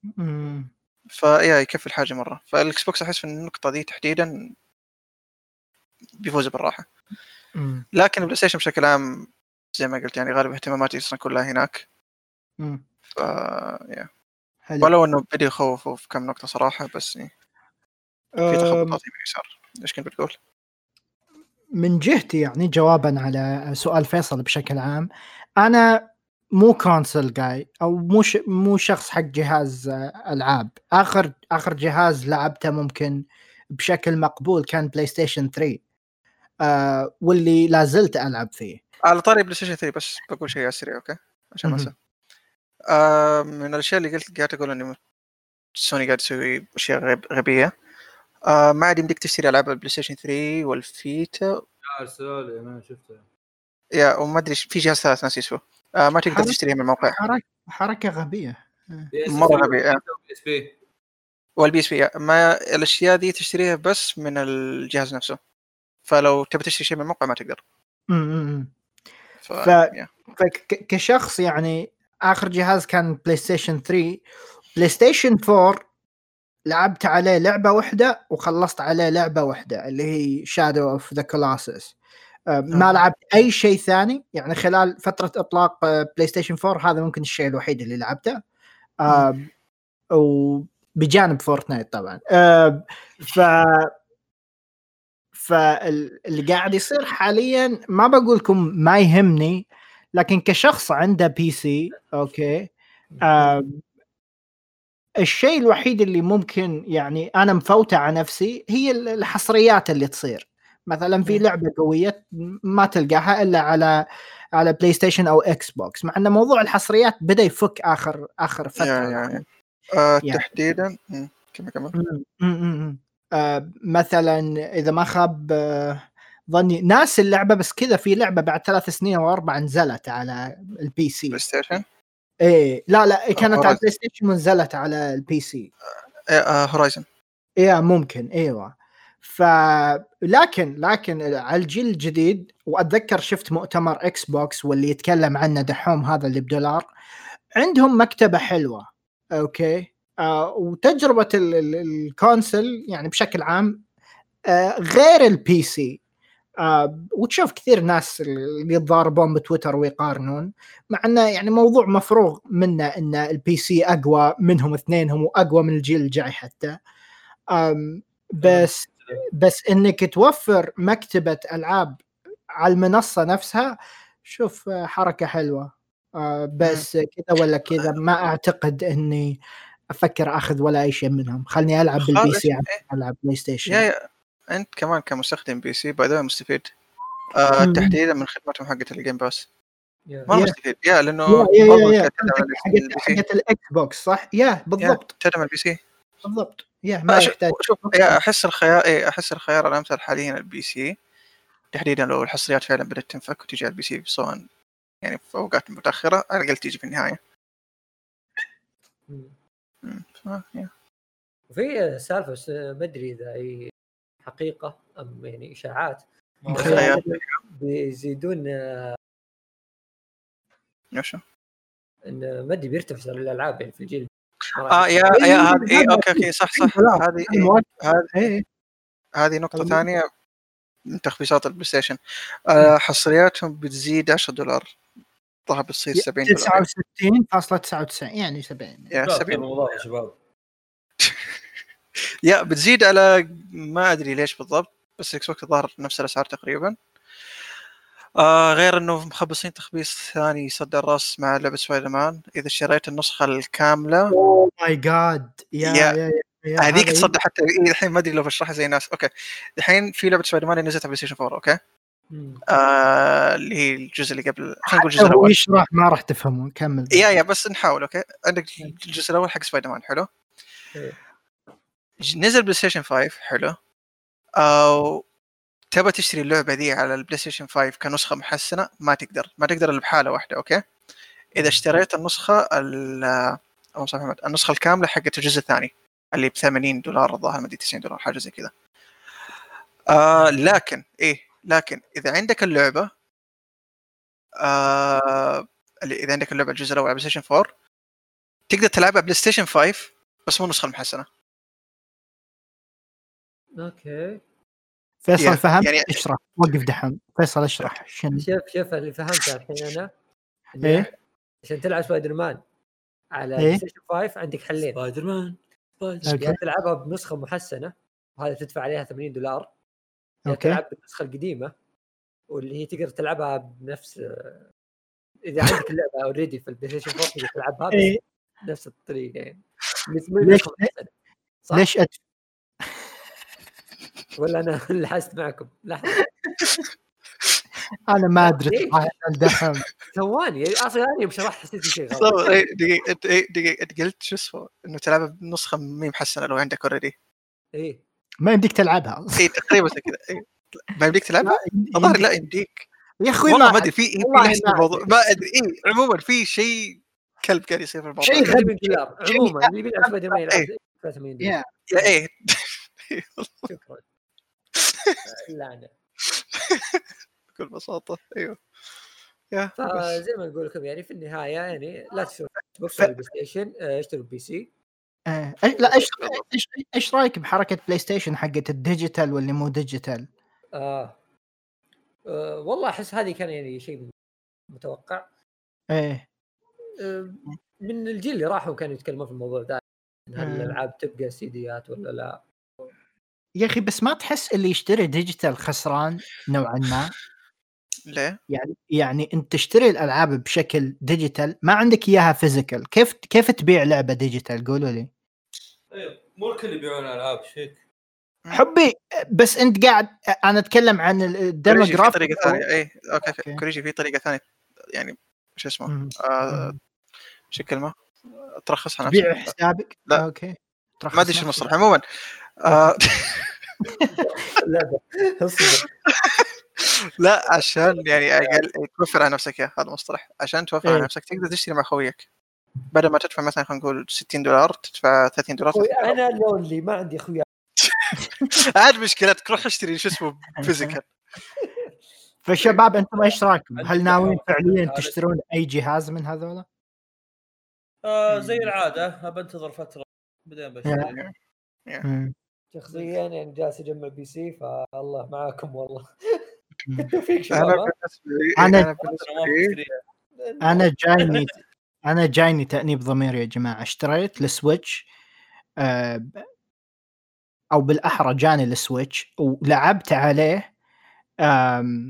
فيا يكفي الحاجه مره. فالاكس بوكس احس في النقطه دي تحديدا بيفوز بالراحه. مم. لكن البلاي ستيشن بشكل عام زي ما قلت يعني غالب اهتماماتي اصلا كلها هناك. امم ف يا ولو انه بدي يخوفوا في كم نقطه صراحه، بس يعني في تخبطات يمين يسار. ايش كنت بتقول؟ من جهتي يعني جوابا على سؤال فيصل بشكل عام، انا مو كونسول جاي او مو ش... مو شخص حق جهاز العاب. اخر اخر جهاز لعبته ممكن بشكل مقبول كان بلاي ستيشن ثري، آه واللي لازلت العب فيه. على طاري بلاي ستيشن ثري بس بقول شيء سريع اوكي عشان ما انسى. آه من الاشياء اللي قلت قاعد اقول انه سوني قاعد تسوي اشياء غب... غبيه. آه ما عاد يمديك تشتري العاب البلاي ستيشن ثري والفيتا. ارسل انا شفته يا وما ادري في جهاز ثالث ناسي اسمه. آه ما تقدر تشتريها من الموقع. حركه حركه غبيه مره غبيه. والبي اس بي ما الاشياء دي تشتريها بس من الجهاز نفسه، فلو تبي تشتري شيء من الموقع ما تقدر. امم ف... ف... فكشخص يعني اخر جهاز كان بلاي ستيشن ثري. بلاي ستيشن فور لعبت عليه لعبه واحده وخلصت عليه لعبه واحده اللي هي شادو اوف ذا كولاسس. ما لعبت اي شيء ثاني يعني خلال فتره اطلاق بلاي ستيشن فور. هذا ممكن الشيء الوحيد اللي لعبته، وبجانب فورتنايت طبعا. ف فاللي قاعد يصير حاليا ما بقول لكم ما يهمني، لكن كشخص عنده بي سي اوكي الشيء الوحيد اللي ممكن يعني انا مفوته على نفسي هي الحصريات اللي تصير. مثلا في لعبه قويه ما تلقاها الا على على بلاي ستيشن او اكس بوكس، مع ان موضوع الحصريات بدا يفك اخر اخر فتره يعني, آه يعني. تحديدا كم كم آه مثلا اذا ما خاب آه ظني ناس اللعبه بس كذا، في لعبه بعد ثلاث سنين او اربع نزلت على البي سي. بلاي ستيشن ايه لا لا كانت على البلاي ستيشن ونزلت على البي سي. هورايزن ايه ممكن ايوه. ف لكن لكن على الجيل الجديد، واتذكر شفت مؤتمر اكس بوكس واللي يتكلم عنه دحوم هذا اللي بدولار، عندهم مكتبه حلوه اوكي. آه وتجربه الكونسول يعني بشكل عام آه غير البي سي. آه وتشوف كثير ناس اللي يتضاربون بتويتر ويقارنون، مع انه يعني موضوع مفروغ منه ان البي سي اقوى منهم اثنينهم واقوى من الجيل الجاي حتى. بس بس انك توفر مكتبة العاب على المنصة نفسها، شوف حركة حلوة. بس كذا ولا كذا ما اعتقد اني افكر اخذ ولا اي شيء منهم. خلني العب بالبي سي عن العب بلاي ستيشن. يا يا انت كمان كمستخدم بي سي بعدين مستفيد آه تحديدا من خدمتهم حقت الجيم باس. ما مستفيد يا لانه حقت الاكس بوكس صح. يا بالضبط تدعم البي سي بالضبط. يا ما شوف يحتاج شوف يا احس الخيار ايه احس الخيار الامثل حاليا البي سي تحديدا لو الحصريات فعلا بدات تنفك وتجي على البي سي سواء يعني في اوقات متاخره على الاقل تيجي في النهايه. مم. مم. ف- يا. وفي سالفه بس ما ادري اذا هي حقيقه ام يعني اشاعات خيال. بيزيدون يوشو ان ما ادري بيرتفع سعر الالعاب يعني في الجيل. اه يا يا هذه اي اوكي اوكي صح صح هذه إيه. هذه ايه هذه نقطه ثانيه من تخفيضات البلاي ستيشن. آه حصرياتهم بتزيد عشرة دولار طه بتصير سبعين دولار تسعة وستين فاصلة تسعة وتسعين يعني سبعين يا سبعين والله يا شباب يا بتزيد على ما ادري ليش بالضبط بس اكس بوكس ظهر نفس الاسعار تقريبا. آه غير انه مخبصين تخبيص ثاني يصد الراس مع لعبه سبايدر مان اذا اشتريت النسخه الكامله. اوه ماي جاد يا يا- يا يا هذيك هذا تصدق حتى إيه الحين ما ادري لو بشرحها زي الناس. اوكي الحين في لعبه سبايدر مان نزلت على بلاي ستيشن فور اوكي مم. آه اللي هي الجزء اللي قبل خلينا نقول الجزء هو الاول. يشرح ما راح تفهمه كمل يا يا بس نحاول. اوكي عندك الجزء الاول حق سبايدر مان حلو. إيه. نزل بلاي ستيشن فايف حلو او تبى تشتري اللعبه دي على البلاي ستيشن فايف كنسخه محسنه ما تقدر ما تقدر الا بحاله واحده. اوكي اذا اشتريت النسخه ال او صح محمد النسخه الكامله حقت الجزء الثاني اللي ب ثمانين دولار الظاهر ما ادري تسعين دولار حاجه زي كذا. آه لكن ايه لكن اذا عندك اللعبه آه اللي اذا عندك اللعبه الجزء الاول على بلاي ستيشن فور تقدر تلعبها بلاي ستيشن فايف بس مو النسخه المحسنه. اوكي فيصل يا- فهمت يعني- اشرح وقف دحم فيصل اشرح شنو شوف شوف اللي فهمته الحين انا إن إيه؟ عشان تلعب سبايدر مان على إيه؟ بلاي ستيشن فايف عندك حلين. سبايدر مان سبايدر أوكي. يا تلعبها بنسخه محسنه وهذا تدفع عليها ثمانين دولار يا أوكي. تلعب بالنسخه القديمه واللي هي تقدر تلعبها بنفس اذا عندك اللعبه اوريدي في البلاي ستيشن فور تقدر تلعبها إيه. بس نفس الطريقه يعني ليش- نسخة محسنة. صح؟ ليش أت... ولا انا اللي حست معكم لحظه انا ما ادري ليش؟ صراحه الدحم ثواني اصلا انا يوم شرحت حسيت في شيء غلط. طب إيه، دقيقه انت إيه، دقيقه انت قلت شو اسمه انه تلعبها بنسخه مي محسنه لو عندك اوريدي. ايه ما يمديك تلعبها اي تقريبا زي كذا. إيه. ما يمديك تلعبها الظاهر لا يمديك يا اخوي والله ما ما ادري في في والله نحس ما الموضوع ما ادري اي عموما في شيء كلب قاعد يصير في الموضوع. شيء غبي. ثمانين دولار عموما اللي بيلعب سبايدر مان يلعب إيه. ثمانين دولار. يا يا ايه شكرا اللعنه. بكل بساطه ايوه يا بس. فزي ما نقول لكم يعني في النهايه يعني لا تشتروا بوكس ولا بلاي ستيشن آه، اشتروا بي سي. آه، إيش- لا ايش ايش ايش رايك بحركه بلاي ستيشن حقت الديجيتال واللي مو ديجيتال؟ آه. آه والله احس هذه كان يعني شيء متوقع. ايه آه من الجيل اللي راحوا كانوا يتكلمون في الموضوع ده هل آه. الالعاب تبقى سيديات ولا لا. يا اخي بس ما تحس اللي يشتري ديجيتال خسران نوعا ما؟ ليه؟ يعني يعني انت تشتري الالعاب بشكل ديجيتال ما عندك اياها فيزيكال، كيف كيف تبيع لعبه ديجيتال؟ قولوا لي. ايوه مو الكل يبيعون العاب شيك حبي بس انت قاعد انا اتكلم عن كوريجي في الديموغرافيك. طريقه ثانيه اي اوكي, أوكي. كوريجي في طريقه ثانيه يعني شو اسمه مم. آه مم. شو الكلمه ترخصها تبيع نفسك. حسابك؟ لا. اوكي ما ادري شو المصطلح عموما. آه اللعبه اصبر. لا عشان يعني اقل توفر على نفسك يا هذا المصطلح عشان توفر على إيه. نفسك تقدر تشتري مع خويك بدل ما تدفع مثلا خلينا نقول ستين دولار تدفع ثلاثين دولار. أخوي انا لونلي ما عندي اخويا. عاد مشكلتك روح اشتري شو اسمه فيزيكال. فالشباب انتم ايش رايكم؟ عندي هل ناويين تحول. فعليا هذا تشترون اي جهاز من هذول؟ آه زي العاده بنتظر فتره بعدين بشتري. مم. شخصيا يعني جالس اجمع بي سي فالله معاكم والله. مم. بالتوفيق انا شباب. بالنسبه لي أنا- انا بالنسبه لي انا جايني انا جايني تأنيب ضمير يا جماعه. اشتريت السويتش آه، او بالاحرى جاني السويتش ولعبت عليه آم،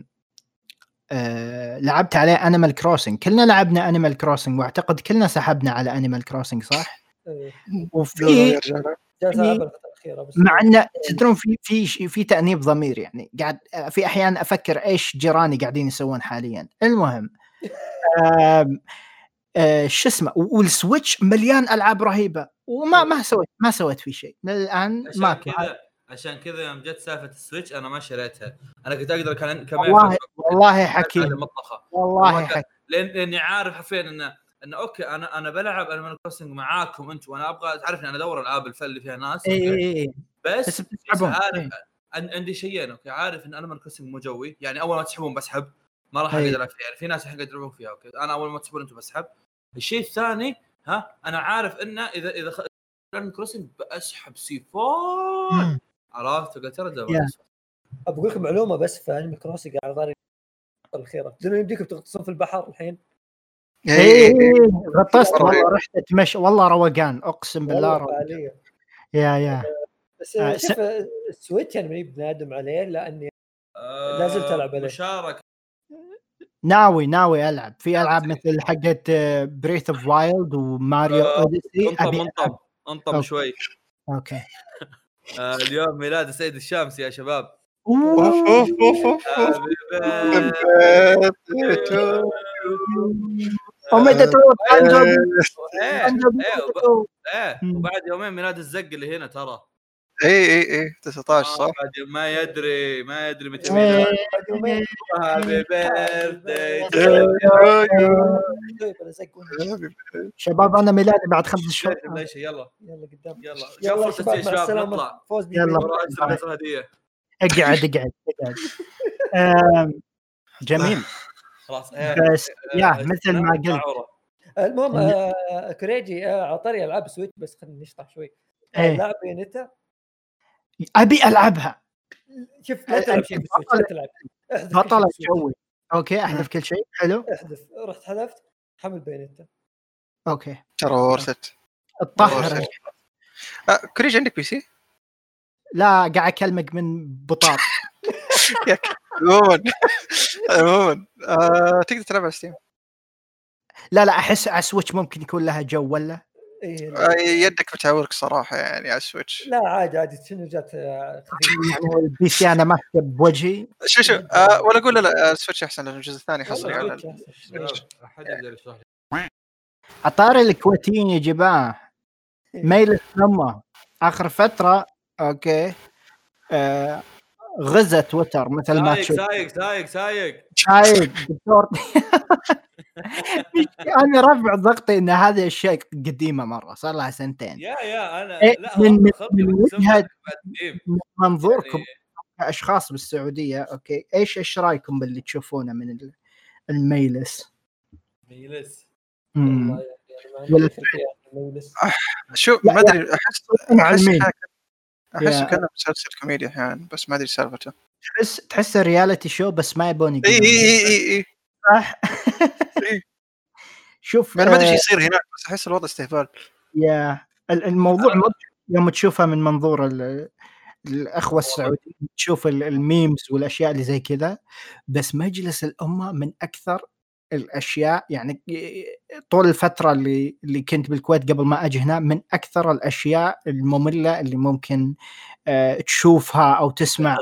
آه، لعبت عليه انيمال كروسنج. كلنا لعبنا انيمال كروسنج واعتقد كلنا سحبنا على انيمال كروسنج صح؟ إيه. وفي يا رجال جالس يعني العب الفتره الاخيره بس مع ان تدرون في في في تأنيب ضمير يعني قاعد في احيان افكر ايش جيراني قاعدين يسوون حاليا. المهم آم، آه شو اسمه، والسويتش مليان العاب رهيبه وما ما سويت ما سويت فيه شيء للان. عشان ما كذا عشان كذا يوم جت سالفه السويتش انا ما شريتها. انا كنت اقدر كان كمان والله والله حكيم والله حكيم لان لاني عارف حرفيا ان ان اوكي انا انا بلعب انا كروسنج معاكم انتم وانا ابغى تعرفني انا ادور العاب الفل اللي فيها ناس. اي اي بس, بس, بس عارف إيه. عندي شيئين اوكي عارف ان انا من كروسنج مو جوي يعني اول ما تسحبون بسحب ما راح إيه. اقدر العب فيها يعني في ناس يقدرون يلعبون فيها اوكي انا اول ما تسحبون انتم بسحب. الشيء الثاني ها انا عارف انه اذا اذا خ... كروسنج باسحب سيفون عرفت قلت ترى ده اقول لكم معلومه بس في انمي كروسنج على ضاري الخيره لانه يمديكم تغطسون في البحر الحين. ايه غطست والله رحت اتمشى والله روقان اقسم بالله روقان. يا يا بس آه شوف السويتش يعني ماني بنادم عليه لاني آه لازلت العب عليه مشاركه. ناوي ناوي العب في العاب مثل حقت بريث اوف وايلد وماريو اوديسي. ابي انطم انطم شوي. اوكي آه اليوم ميلاد السيد الشامسي يا شباب. اوف اوف اوف ايه وبعد يومين ميلاد الزق اللي هنا ترى. اي اي اي تسعة عشر صح. ما يدري ما يدري متى ميلاد. هابي بيرثداي شباب انا ميلادي بعد خمس شهور. يلا يلا قدام يلا يلا شباب نطلع فوز يلا هديه. اقعد اقعد اقعد. جميل خلاص بس يا مثل ما قلت المهم آه كريجي آه عطري العاب سويتش بس خلينا نشطح شوي. آه لعب بينتا ابي العبها. شوف لا تلعب شيء بسويتش لا تلعب بطل جوي. اوكي احذف كل شيء حلو. احذف رحت حذفت حمل بينتا. اوكي ترى ورثت الطهر. آه كريجي عندك بي سي؟ لا قاعد اكلمك من بطاط. عموما عموما آه، تقدر تلعب على ستيم. لا لا احس على سويتش ممكن يكون لها جو ولا إيه يدك بتعورك صراحه يعني على السويتش. لا عادي عادي شنو جات يعني البي سي انا ماسك بوجهي. شو شو آه ولا اقول لا السويتش احسن لانه الجزء الثاني حصل على احد يقدر يشرح لي. عطاري الكويتيين يا جماعه ميل السما اخر فتره اوكي آه غزة تويتر مثل ما تشوف. سايق سايق سايق سايق دكتور. انا رافع ضغطي ان هذه الشيء قديمه مره صار لها سنتين. يا يا انا إيه لا من, من وجهه من منظوركم يعني كاشخاص بالسعوديه اوكي ايش ايش رايكم باللي تشوفونه من الميلس؟ ميلس والله يعني ميلس شو ما ادري احس احس احس كانه مسلسل كوميديا يعني بس ما ادري سالفته. تحس تحس رياليتي شو بس ما يبون يقولون اي اي اي اي صح. شوف ما ادري ايش يصير هناك بس احس الوضع استهبال. يا الموضوع آه. يوم تشوفها من منظور الاخوه السعوديين تشوف الميمز والاشياء اللي زي كذا بس مجلس الامه من اكثر الاشياء يعني طول الفتره اللي اللي كنت بالكويت قبل ما اجي هنا من اكثر الاشياء الممله اللي ممكن أه تشوفها او تسمع.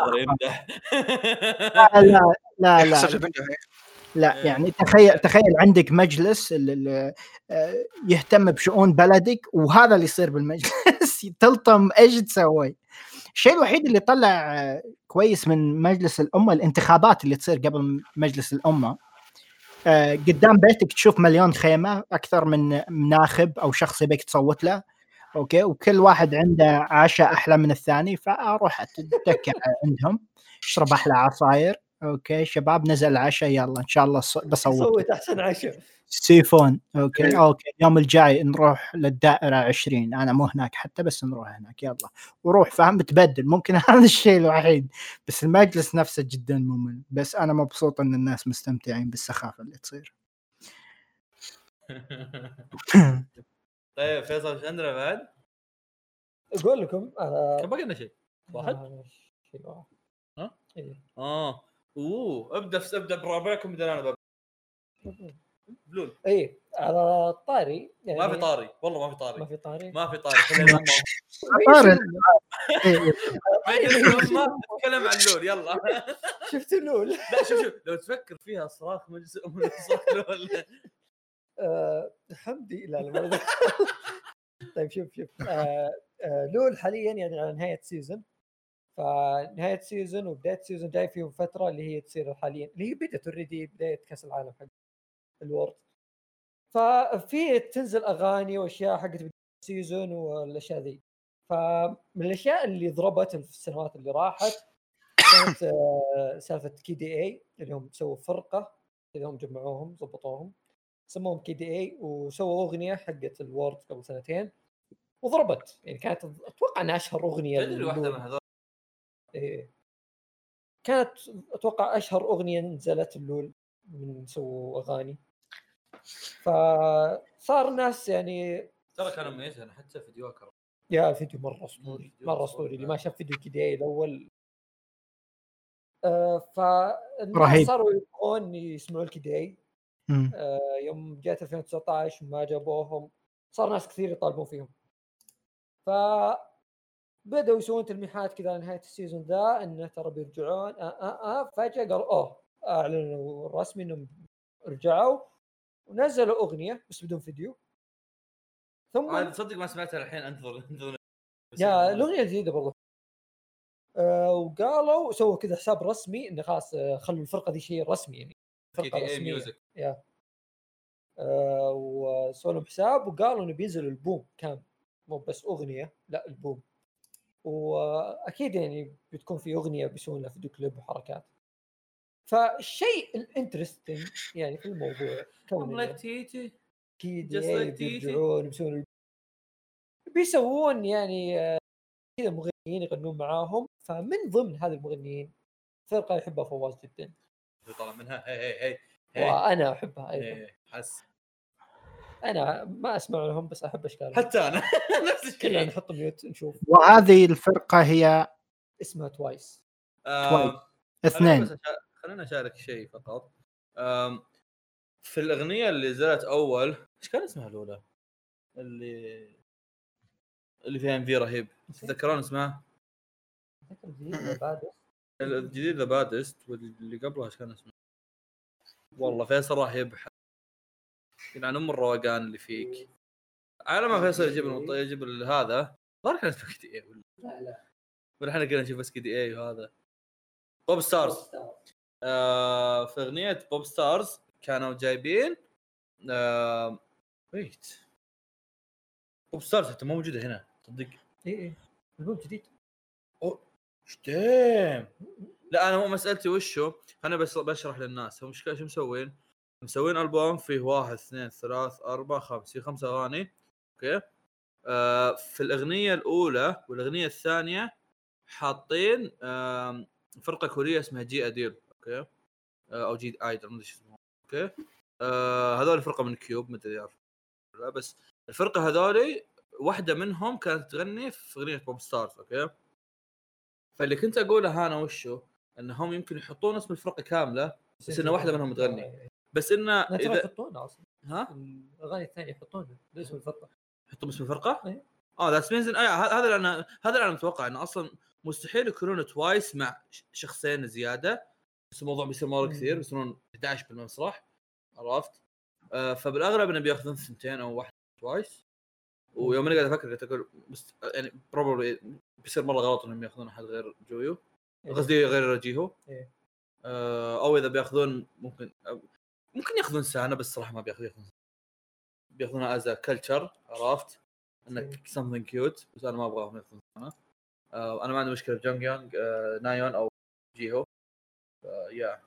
لا لا لا لا, لا. لا يعني تخيل تخيل عندك مجلس اللي يهتم بشؤون بلدك وهذا اللي يصير بالمجلس تلطم ايش تسوي. الشيء الوحيد اللي طلع كويس من مجلس الأمة الانتخابات اللي تصير قبل مجلس الأمة. قدام بيتك تشوف مليون خيمة أكثر من ناخب أو شخص يبيك تصوت له أوكي وكل واحد عنده عشاء أحلى من الثاني فأروح أتدكى عندهم اشرب أحلى عصاير أوكي شباب نزل العشاء يلا إن شاء الله بصوت صوت أحسن عشاء سيفون أوكي أوكي اليوم الجاي نروح للدائرة عشرين أنا مو هناك حتى بس نروح هناك يلا وروح فهم بتبدل ممكن هذا الشيء الوحيد بس المجلس نفسه جدا ممل بس أنا مبسوط أن الناس مستمتعين بالسخافة اللي تصير. طيب فيصل ايش عندنا بعد؟ أقول لكم كم بقى لنا شيء؟ واحد؟ ها؟ إيه آه أوه ابدأ ابدأ برابعكم بدل أنا ببدأ. بلول ايه على الطاري يعني ما في طاري والله ما في طاري ما في طاري ما في طاري خلينا طاري ما نتكلم عن لول يلا شفت لول لا شوف شوف لو تفكر فيها صراخ مجلس صراخ لول آه حمدي لا لا ما طيب شوف شوف آه آه لول حاليا يعني على نهايه سيزون، فنهايه سيزون وبدايه سيزون جاي فيهم فتره اللي هي تصير حاليا اللي هي بدات اوريدي بدايه كاس العالم حق الورد، ففي تنزل اغاني واشياء حقت سيزون والاشياء ذي. فمن الاشياء اللي ضربت في السنوات اللي راحت كانت آه سالفه كي دي اي اللي هم سووا فرقه اللي هم جمعوهم ضبطوهم سموهم كي دي اي وسووا اغنيه حقت الورد قبل سنتين وضربت، يعني كانت اتوقع انها اشهر اغنيه تدري واحده من هذول إيه. كانت اتوقع اشهر اغنيه نزلت اللول من سووا اغاني، فصار الناس يعني ترى كانوا مميزين. انا حتى فيديو كرم يا الفيديو مره اسطوري مره اسطوري اللي ما شاف فيديو كي دي اي الاول. آه فالناس صاروا يبغون يسمعوا الكي دي اي. آه يوم جات ألفين وتسعة عشر ما جابوهم صار ناس كثير يطالبون فيهم، ف بدأوا يسوون تلميحات كذا نهاية السيزون ذا انه ترى بيرجعون آه آه آه فجأة قالوا اوه اعلنوا رسمي انهم رجعوا ونزلوا اغنية بس بدون فيديو. ثم انا تصدق ما سمعتها الحين انتظر انتظر يا الاغنية جديدة برضو. آه وقالوا سووا كذا حساب رسمي انه خلاص آه خلوا الفرقة دي شيء رسمي يعني فرقة رسمية. يا آه وسووا لهم حساب وقالوا انه بينزل البوم كامل مو بس اغنية لا البوم، واكيد يعني بتكون في اغنيه بيسوون لها فيديو كليب وحركات. فالشيء الانترستنج يعني في الموضوع كون لايك تيتي كي دي اي بيرجعون بيسوون بيسوون يعني كذا مغنيين يغنون معاهم. فمن ضمن هذه المغنيين فرقه يحبها فواز جدا طلع منها هي هي هي وانا احبها ايضا. حس انا ما اسمع لهم بس احب اشكالهم حتى انا نفس الشيء. كلنا نحط ميوت نشوف. وهذه الفرقه هي اسمها توايس. توايس اثنين. خلينا اشارك شيء فقط. في الاغنيه اللي نزلت اول ايش كان اسمها الاولى اللي اللي فيها ام في رهيب تذكرون اسمها الجديد ذا بادست واللي قبلها ايش كان اسمه والله فيصل راح يبحث يعني ام الروقان اللي فيك على ما فيصل يجيب المط... يجيب هذا ظهر كان اسمه كي دي اي ولا لا لا ولا احنا قلنا نشوف بس كي دي اي وهذا بوب ستارز. آه في اغنيه بوب ستارز كانوا جايبين آه... ويت بوب ستارز حتى مو موجوده هنا تصدق. اي اي البوم جديد. اوه شتيم. لا انا مو مسالتي وشو انا بس بشرح للناس هم ايش مسوين. مسوين البوم فيه واحد اثنين ثلاث اربع خمس في خمسة اغاني اوكي. آه في الاغنيه الاولى والاغنيه الثانيه حاطين آه فرقه كوريه اسمها جي اديل اوكي آه او جي ايدل ما ادري ايش اسمها اوكي. آه هذول فرقه من كيوب ما ادري اعرف لا بس الفرقه هذولي واحده منهم كانت تغني في اغنيه بوب ستارز اوكي. فاللي كنت اقوله انا وشو انهم يمكن يحطون اسم الفرقه كامله بس انه واحده منهم تغني بس انه اذا يحطونه اصلا ها الاغاني الثانيه يحطونه باسم الفرقه يحطون اسم الفرقه اه ذاتس مينز هذا اللي انا هذا اللي انا متوقع انه اصلا مستحيل يكونون توايس مع شخصين زياده بس الموضوع بيصير مره كثير بيصيرون احد عشر بالمسرح عرفت. آه فبالاغلب انه بياخذون ثنتين او واحد توايس. ويوم انا قاعد افكر قلت اقول يعني بروبلي بيصير مره غلط انهم ياخذون احد غير جويو قصدي غير جيهو آه او اذا بياخذون ممكن ممكن ياخذون سانا بس صراحه ما بياخذون بياخذونها از كلتشر عرفت انك something cute بس انا ما ابغاهم ياخذون سانا. آه انا ما عندي مشكله بجونغ يونغ آه نايون او جيهو آه يا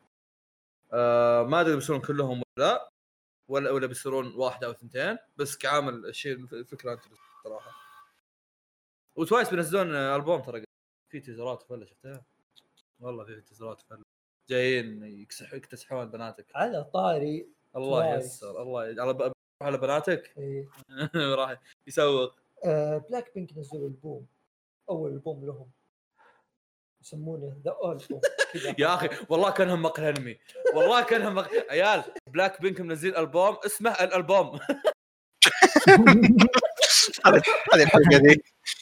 آه ما ادري بيصيرون كلهم ولا ولا ولا بيصيرون واحده او اثنتين بس كعامل الشيء الفكره انت صراحه. وتوايس بينزلون البوم ترى في تيزرات ولا شفتها والله في تيزرات فل جايين يكسحوا يكتسحون بناتك على طاري الله ييسر الله ي... على ب... على بناتك إيه. راح يسوق. آه بلاك بينك نزلوا البوم اول البوم لهم يسمونه ذا اول بوم يا اخي والله كانهم مقهى انمي والله كانهم مق... عيال بلاك بينك منزل البوم اسمه الالبوم. هذه الحلقه دي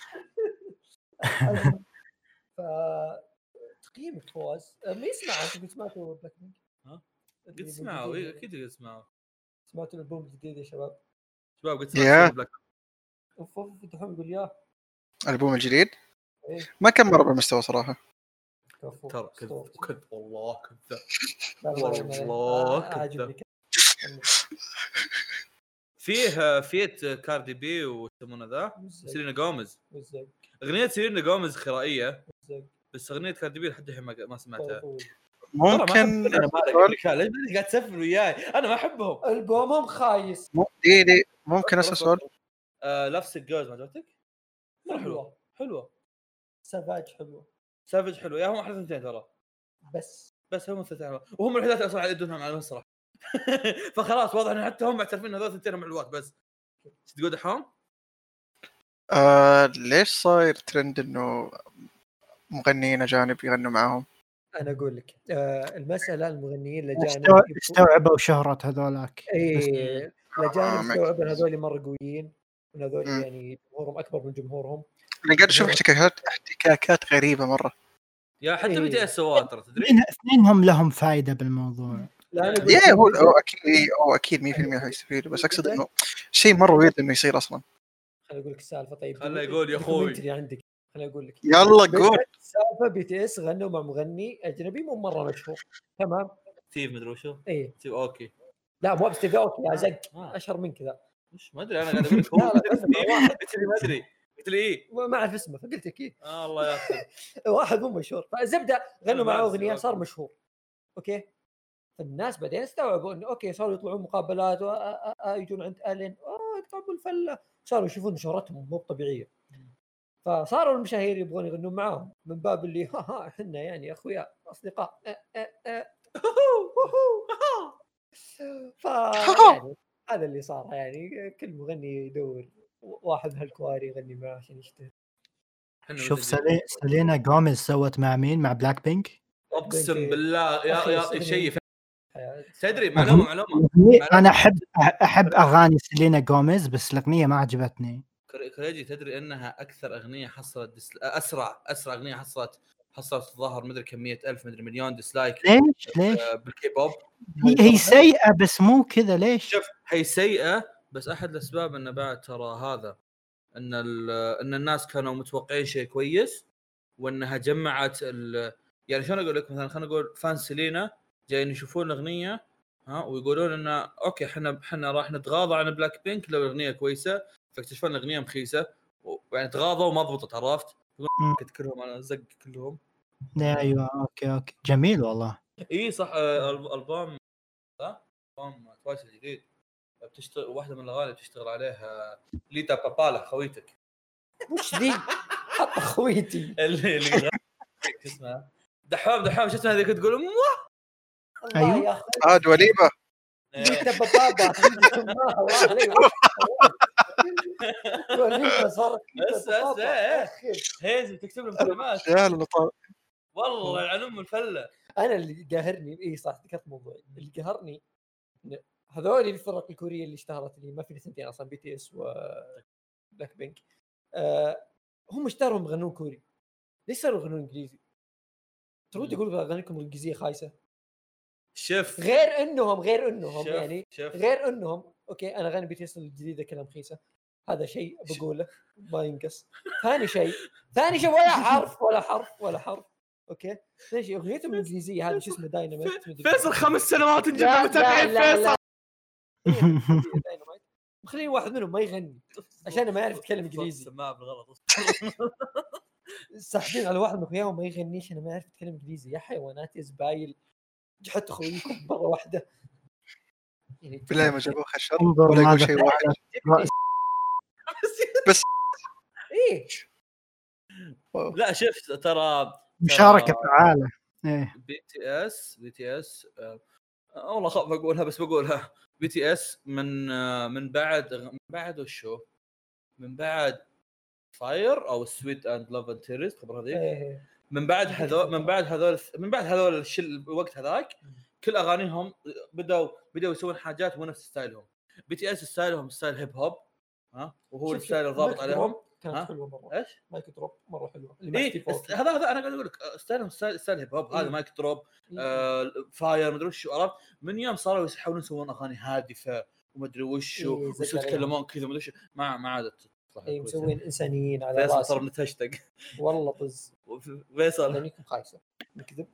ف تقييمك فواز ما يسمع انت سمعته بلاك بينك ها قد سمعوا اكيد قد سمعوا سمعتوا الالبوم الجديد يا شباب؟ شباب قلت يا. بلاك اوف اوف دحوم يقول ياه الالبوم الجديد إيه. ما كان مره بالمستوى صراحه. كفو ترى كذب أسطورة. كذب والله كذب لا، لا، لا، لا، والله آه، عاجبني كذب. كذا. فيه فيت كاردي بي ويسمونه ذا مزق سيلينا جوميز. مزق اغنيه سيلينا جوميز خرائيه مزق بس اغنيه كاردي بي لحد الحين ما ما سمعتها. طول. ممكن انا ما ليش ليش قاعد تسفل وياي انا ما احبهم. البومهم خايس. مو دي دي ممكن اسال سؤال. آه لفس الجوز ما عجبتك؟ مره حلوه حلوه حلوه سافاج حلوه سافج حلو يا هم احلى اثنتين ترى بس بس هم اثنتين وهم الوحيدات اصلا على يدونهم على المسرح. فخلاص واضح ان حتى هم معترفين ان هذول اثنتين هم الوقت بس. ايش تقول دحوم؟ آه ليش صاير ترند انه مغنيين اجانب يغنوا معاهم؟ انا اقول لك آه المساله المغنيين الاجانب استوع- استوعبوا شهرة هذولاك. ايه الاجانب آه، استوعبوا هذول مره قويين وهذول مم. يعني جمهورهم اكبر من جمهورهم. انا قاعد اشوف احتكاكات احتكاكات غريبه مره. يا حتى إيه. بي تي اس سواه ترى تدري. اثنين- اثنينهم لهم فائدة بالموضوع. لا انا اقول يا هو لك هو اكيد هو اكيد مية بالمية حيستفيدوا بس اقصد انه شيء مره ويرد انه يصير اصلا. خليني اقول لك السالفه. طيب خله يقول يا أخوي. دوكيومنتري عندك خليني اقول لك يلا قول. السالفه بي تي اس غنوا مع مغني اجنبي مو مره مشهور تمام. ستيف مدري وشو ايه ستيف اوكي لا مو بستيف اوكي يا زق آه. اشهر من كذا. مش ما ادري انا قاعد اقول لك لا، هو لا، غنوا مع واحد قلت لي ما ادري قلت لي ايه ما ما اعرف اسمه فقلت اكيد آه الله ياخذ. واحد مو مشهور فزبده غنوا ما معه أعرف اغنيه أوكي. صار مشهور اوكي. فالناس بعدين استوعبوا انه اوكي صاروا يطلعون مقابلات ويجون عند الين اه يقطعوا الفله صاروا يشوفون شهرتهم مو طبيعيه. فصاروا المشاهير يبغون يغنون معاهم من باب اللي ها ها احنا يعني اخويا اصدقاء أه أه أه. ف يعني هذا اللي صار يعني كل مغني يدور واحد من هالكواري يغني معاه عشان يشتهر. شوف سلي... سلينا جوميز سوت مع مين؟ مع بلاك بينك. اقسم بالله يا يا شيء تدري معلومه معلومه انا احب احب اغاني سلينا جوميز بس الاغنيه ما عجبتني. كريجي تدري انها اكثر اغنيه حصلت ديسل... اسرع اسرع اغنيه حصلت حصلت الظاهر مدري كميه ألف مدري مليون ديسلايك ليش ليش بالكيبوب. هي, هي سيئه بس مو كذا. ليش؟ شوف هي سيئه بس احد الاسباب انه بعد ترى هذا ان ان الناس كانوا متوقعين شيء كويس وانها جمعت ال... يعني شلون اقول لك مثلا خلينا نقول فان سيلينا جايين يشوفون الاغنيه ها ويقولون انه اوكي احنا احنا راح نتغاضى عن بلاك بينك لو الاغنيه كويسه فاكتشفنا الاغنيه مخيسه يعني تغاضوا وما ضبطت عرفت كنت كلهم انا زق كلهم. ايوه اوكي اوكي جميل والله. اي صح البوم ها البوم توايس الجديد بتشتغل واحده من الاغاني بتشتغل عليها ليتا بابالا خويتك. وش ذي حط خويتي اللي اللي اسمها دحام دحام شو اسمها هذيك تقول الله يا اخي عاد وليمه ليتا بابا سماها الله عليه وليمه صارت بس بس هيز تكتب لهم كلمات يا لطف والله العنم الفله. انا اللي قاهرني اي صح ذكرت موضوع اللي قهرني هذول الفرق الكوريه اللي اشتهرت اللي ما في سنتين اصلا بي تي اس و بلاك بينك أه هم اشتهروا يغنون كوري ليش صاروا يغنون انجليزي؟ ترد يقول اغانيكم الانجليزيه خايسه. شوف غير انهم غير انهم شف يعني شف غير انهم اوكي انا اغاني بي تي اس الجديده كلام خيسه هذا شيء بقوله ما ينقص. ثاني شيء ثاني شيء ولا حرف ولا حرف ولا حرف اوكي. ثاني شيء اغنيتهم الانجليزيه هذا شو اسمه دايناميت فيصل خمس سنوات نجيب متابعين فيصل مخلين واحد منهم ما يغني عشان ما يعرف يتكلم انجليزي سماعه بالغلط ساحبين على واحد من اخوياهم ما يغنيش انا ما اعرف اتكلم انجليزي يا حيوانات يا زبايل جحت اخويكم مره واحده يعني بالله ما جابوه خشر ولا يقول شيء واحد بس ايه لا شفت ترى مشاركه فعاله ايه بي تي اس بي تي اس أه والله خاف اقولها بس بقولها بي تي اس من آه من بعد من بعد وشو من بعد فاير او سويت اند لاف اند تيرز خبر هذيك إيه. من بعد هذول من بعد هذول من بعد هذول الوقت هذاك كل اغانيهم بدأوا بدأوا يسوون حاجات مو نفس ستايلهم. بي تي اس ستايلهم ستايل هيب هوب ها وهو الستايل الضابط عليهم كانت حلوه مره ايش مايك دروب مره حلوه إيه هذا هذا انا قاعد اقول لك ستايلهم ستايل, ستايل هيب هوب. إيه؟ هذا مايك دروب إيه؟ آه فاير مدري شو عرفت من يوم صاروا يحاولون يسوون اغاني هادفه ومدري وش إيه، وش زق عليهم. يتكلمون كذا مدري وش ما ما عادت اي مسوين انسانيين على فيصل راسي ترى بنتهشتق والله طز فيصل لانكم خايسه نكذب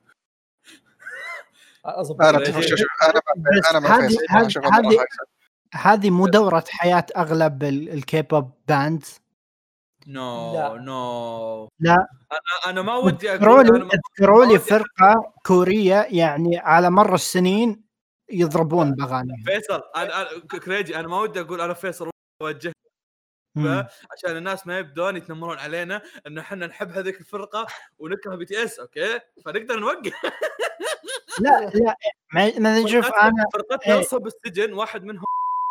اظن انا بس شوف شوف انا بس انا ما هذه فيصل هذه اشوف المره هذه هايسة. هذه مو دورة حياة اغلب الكيب اب باندز. نو لا. نو لا انا انا ما ودي اذكروا اقول لي انا ما اذكروا لي ودي- فرقة كورية يعني على مر السنين يضربون باغانيهم. فيصل انا أنا- كريجي انا ما ودي اقول انا فيصل اوجه مم. عشان الناس ما يبدون يتنمرون علينا انه احنا نحب هذيك الفرقه ونكره بي تي اس اوكي فنقدر نوقف لا لا ما ما نشوف فرقتنا- انا فرقتنا إيه. اصلا بالسجن واحد منهم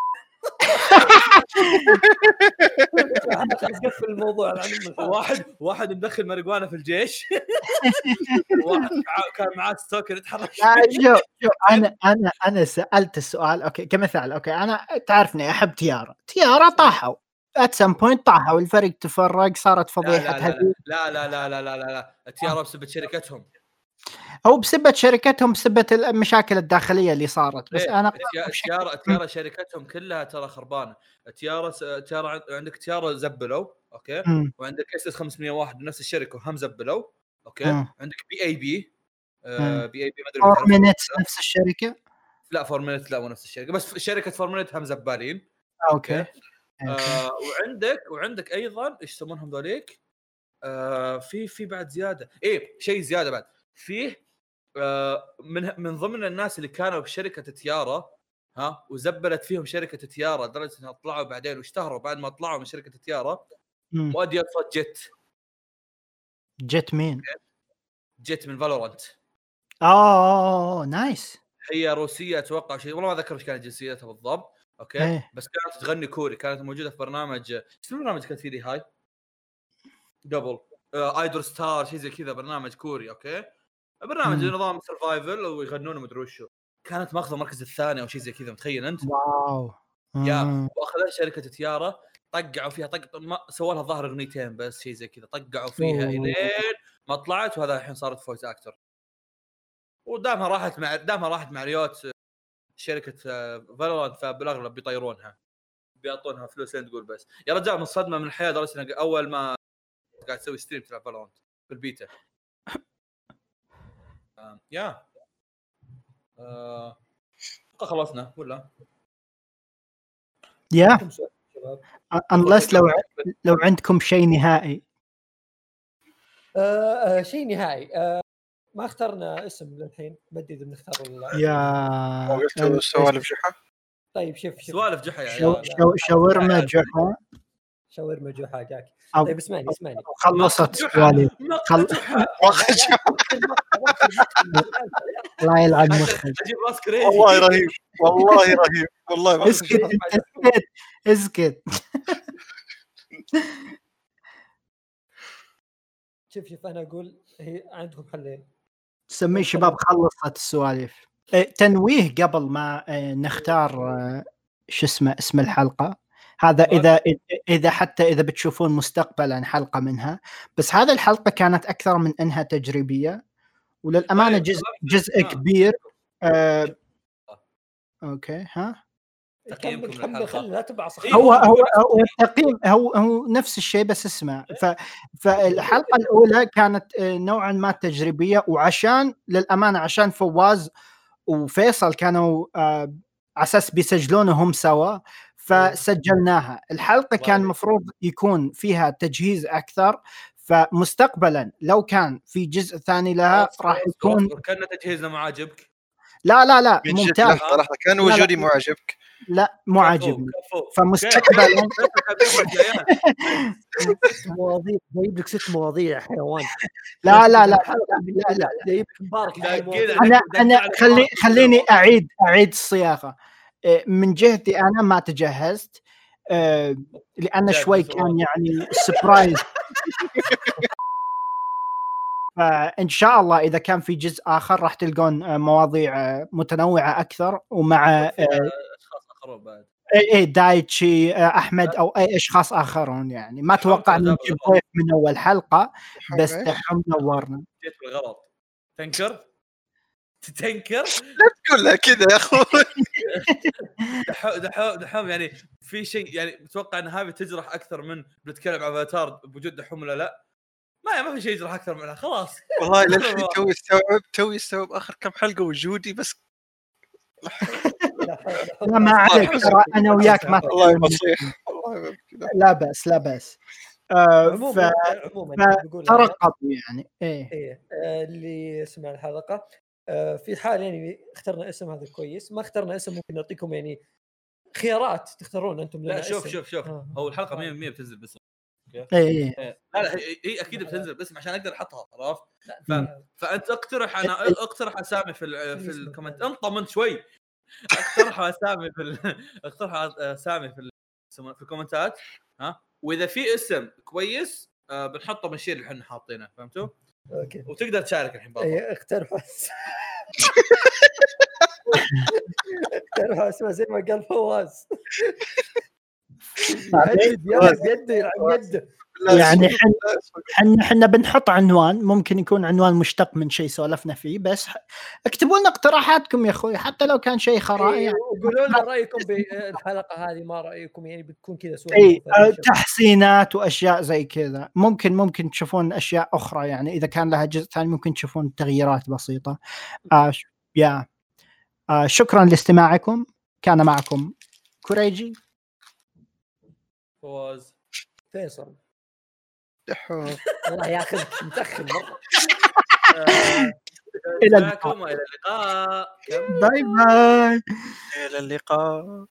قفل الموضوع على عموم الحال. واحد واحد مدخل ماريجوانا في الجيش واحد مع- كان معاه ستوكر يتحرك لا، شوف شوف انا انا انا سالت السؤال اوكي كمثال اوكي انا تعرفني احب تيارا تيارا طاحوا ات سم بوينت طاحوا الفريق تفرق صارت لا فضيحه لا لا هذه لا لا لا لا لا لا لا التيارة بسبب شركتهم او بسبه شركتهم بسبه المشاكل الداخليه اللي صارت بس إيه، انا التيا- التيارة التيارة شركتهم كلها ترى خربانه التيارة س- تيارة عند- عندك تيارة زبلوا اوكي مم. وعندك اس اس خمسمية وواحد نفس الشركه وهم زبلوا اوكي مم. عندك بي اي بي مم. بي اي بي ما ادري فور بتعرفها. مينتس نفس الشركه لا فورمينت لا مو نفس الشركه بس شركه فورمينت هم زبالين اوكي اوكي آه وعندك وعندك ايضا ايش يسمونهم ذوليك آه في في بعد زياده ايه شيء زياده بعد فيه آه من من ضمن الناس اللي كانوا بشركه تيارة ها وزبلت فيهم شركه تيارة لدرجه انهم طلعوا بعدين واشتهروا بعد ما طلعوا من شركه تيارة مم. مؤدي صوت جيت جت مين جيت من فالورانت اوه نايس هي روسيه اتوقع شيء والله ما اذكر ايش كانت جنسيتها بالضبط اوكي إيه. بس كانت تغني كوري كانت موجوده في برنامج ايش البرنامج كانت فيه هاي دبل آه ايدول ستار شيء زي كذا برنامج كوري اوكي برنامج مم. نظام سرفايفل ويغنون مدري وشو كانت ماخذه المركز الثاني او شيء زي كذا متخيل انت واو يا مم. واخذها شركه تيارة طقعوا فيها طق ما سووا لها ظهر اغنيتين بس شيء زي كذا طقعوا فيها أوه. الين ما طلعت وهذا الحين صارت فويس اكتر ودامها راحت مع دامها راحت مع ريوت شركه فالورانت فبالاغلب بيطيرونها بيعطونها فلوس لين تقول بس يا رجال من صدمه من الحياه درجه انه اول ما قاعد تسوي ستريم تلعب فالورانت في البيتا آه. يا آه. خلصنا ولا يا كم سؤال شباب؟ unless لو لو عندكم شيء نهائي آه آه شيء نهائي آه ما اخترنا اسم للحين بدي اذا بنختار ولا لا. يا قلت سوالف جحا طيب شوف شوف سوالف جحا يا شو عيال شو شاورما جحا شاورما جوحا جاك أو طيب اسمعني اسمعني خلصت سوالي خل... الله يلعن مخك اجيب راس كريجي والله رهيب والله رهيب والله ما اسكت اسكت اسكت شوف شوف انا اقول هي عندكم حلين سمي شباب خلصت السوالف إيه، تنويه قبل ما إيه، نختار آه، شو اسمه اسم الحلقة هذا إذا إذا حتى إذا بتشوفون مستقبلا حلقة منها بس هذه الحلقة كانت أكثر من أنها تجريبية وللأمانة طيب، جزء خلاص. جزء آه. كبير آه، أوكي ها تقييمكم كمل كمل للحلقة. خلي لا تبعص إيه، هو هو هو بيقول هو التقييم هو هو نفس الشيء بس اسمه ف فالحلقة الأولى كانت آه، نوعا ما تجريبية وعشان للأمانة عشان فواز وفيصل كانوا آه، على اساس بيسجلونهم سوا فسجلناها الحلقه كان المفروض يكون فيها تجهيز اكثر فمستقبلا لو كان في جزء ثاني لها راح يكون كان تجهيزنا ما عاجبك لا لا لا من جد ممتاز لحظه لحظه كان لا، لا. وجودي مو عاجبك لا مو عاجبني كفو. فمستقبلا مواضيع جايب لك ست مواضيع يا حيوان لا لا لا لا لا جايب مبارك انا انا خلي خليني اعيد اعيد الصياغه إيه، من جهتي انا ما تجهزت إيه، لان شوي كان يعني سبرايز فان شاء الله اذا كان في جزء اخر راح تلقون مواضيع متنوعه اكثر ومع اشخاص اخرون بعد اي اي دايتشي احمد او اي اشخاص اخرون يعني ما توقع ان نجيب ضيف من اول حلقه بس دحوم نورنا جيت بالغلط تنكر تتنكر لا تقولها كذا يا اخوي. دحوم دحوم دحوم يعني في شيء يعني متوقع ان هذه تجرح اكثر من بنتكلم عن افاتار بوجود دحوم ولا لا؟ ما ما في شيء يجرح اكثر منها خلاص. والله للحين توي استوعب توي استوعب اخر كم حلقه وجودي بس. لا ما عليك ترى انا وياك ما والله بصيح والله كذا. لا بأس لا بأس. آه عموما ف... عموما بقول ترقب يعني ايه ايه آه، اللي يسمع الحلقه آه، في حال يعني اخترنا اسم هذا كويس، ما اخترنا اسم ممكن نعطيكم يعني خيارات تختارون انتم. لا شوف اسم. شوف شوف آه. هو الحلقه مية بالمية بتنزل باسم. ايه ايه لا لا هي, هي اكيد بتنزل باسم عشان اقدر احطها عرفت. ف... مم. فانت اقترح انا اقترح اسامي في ال... في الكومنت. انطمن شوي. اقترح اسامي في ال... اقترح اسامي في ال... في الكومنتات ها، واذا في اسم كويس آه بنحطه بنشيل اللي احنا حاطينه فهمتوا. اوكي وتقدر تشارك الحين بابا. ايه اقترحوا اقترحوا اسمه زي ما قال فواز. يهدد يده عن يده يعني احنا احنا بنحط عنوان ممكن يكون عنوان مشتق من شيء سولفنا فيه، بس اكتبوا لنا اقتراحاتكم يا اخوي حتى لو كان شيء خرا يعني. وقولوا لنا رايكم بالحلقه هذه، ما رايكم يعني بتكون كذا سؤال اي تحسينات واشياء زي كذا. ممكن ممكن تشوفون اشياء اخرى يعني اذا كان لها جزء ثاني ممكن تشوفون تغييرات بسيطه. آه يا آه شكرا لاستماعكم. كان معكم كوريجي، فواز، فيصل. دحوم. الله ياخذك متاخر مره. الى اللقاء. الى اللقاء. باي باي. الى اللقاء.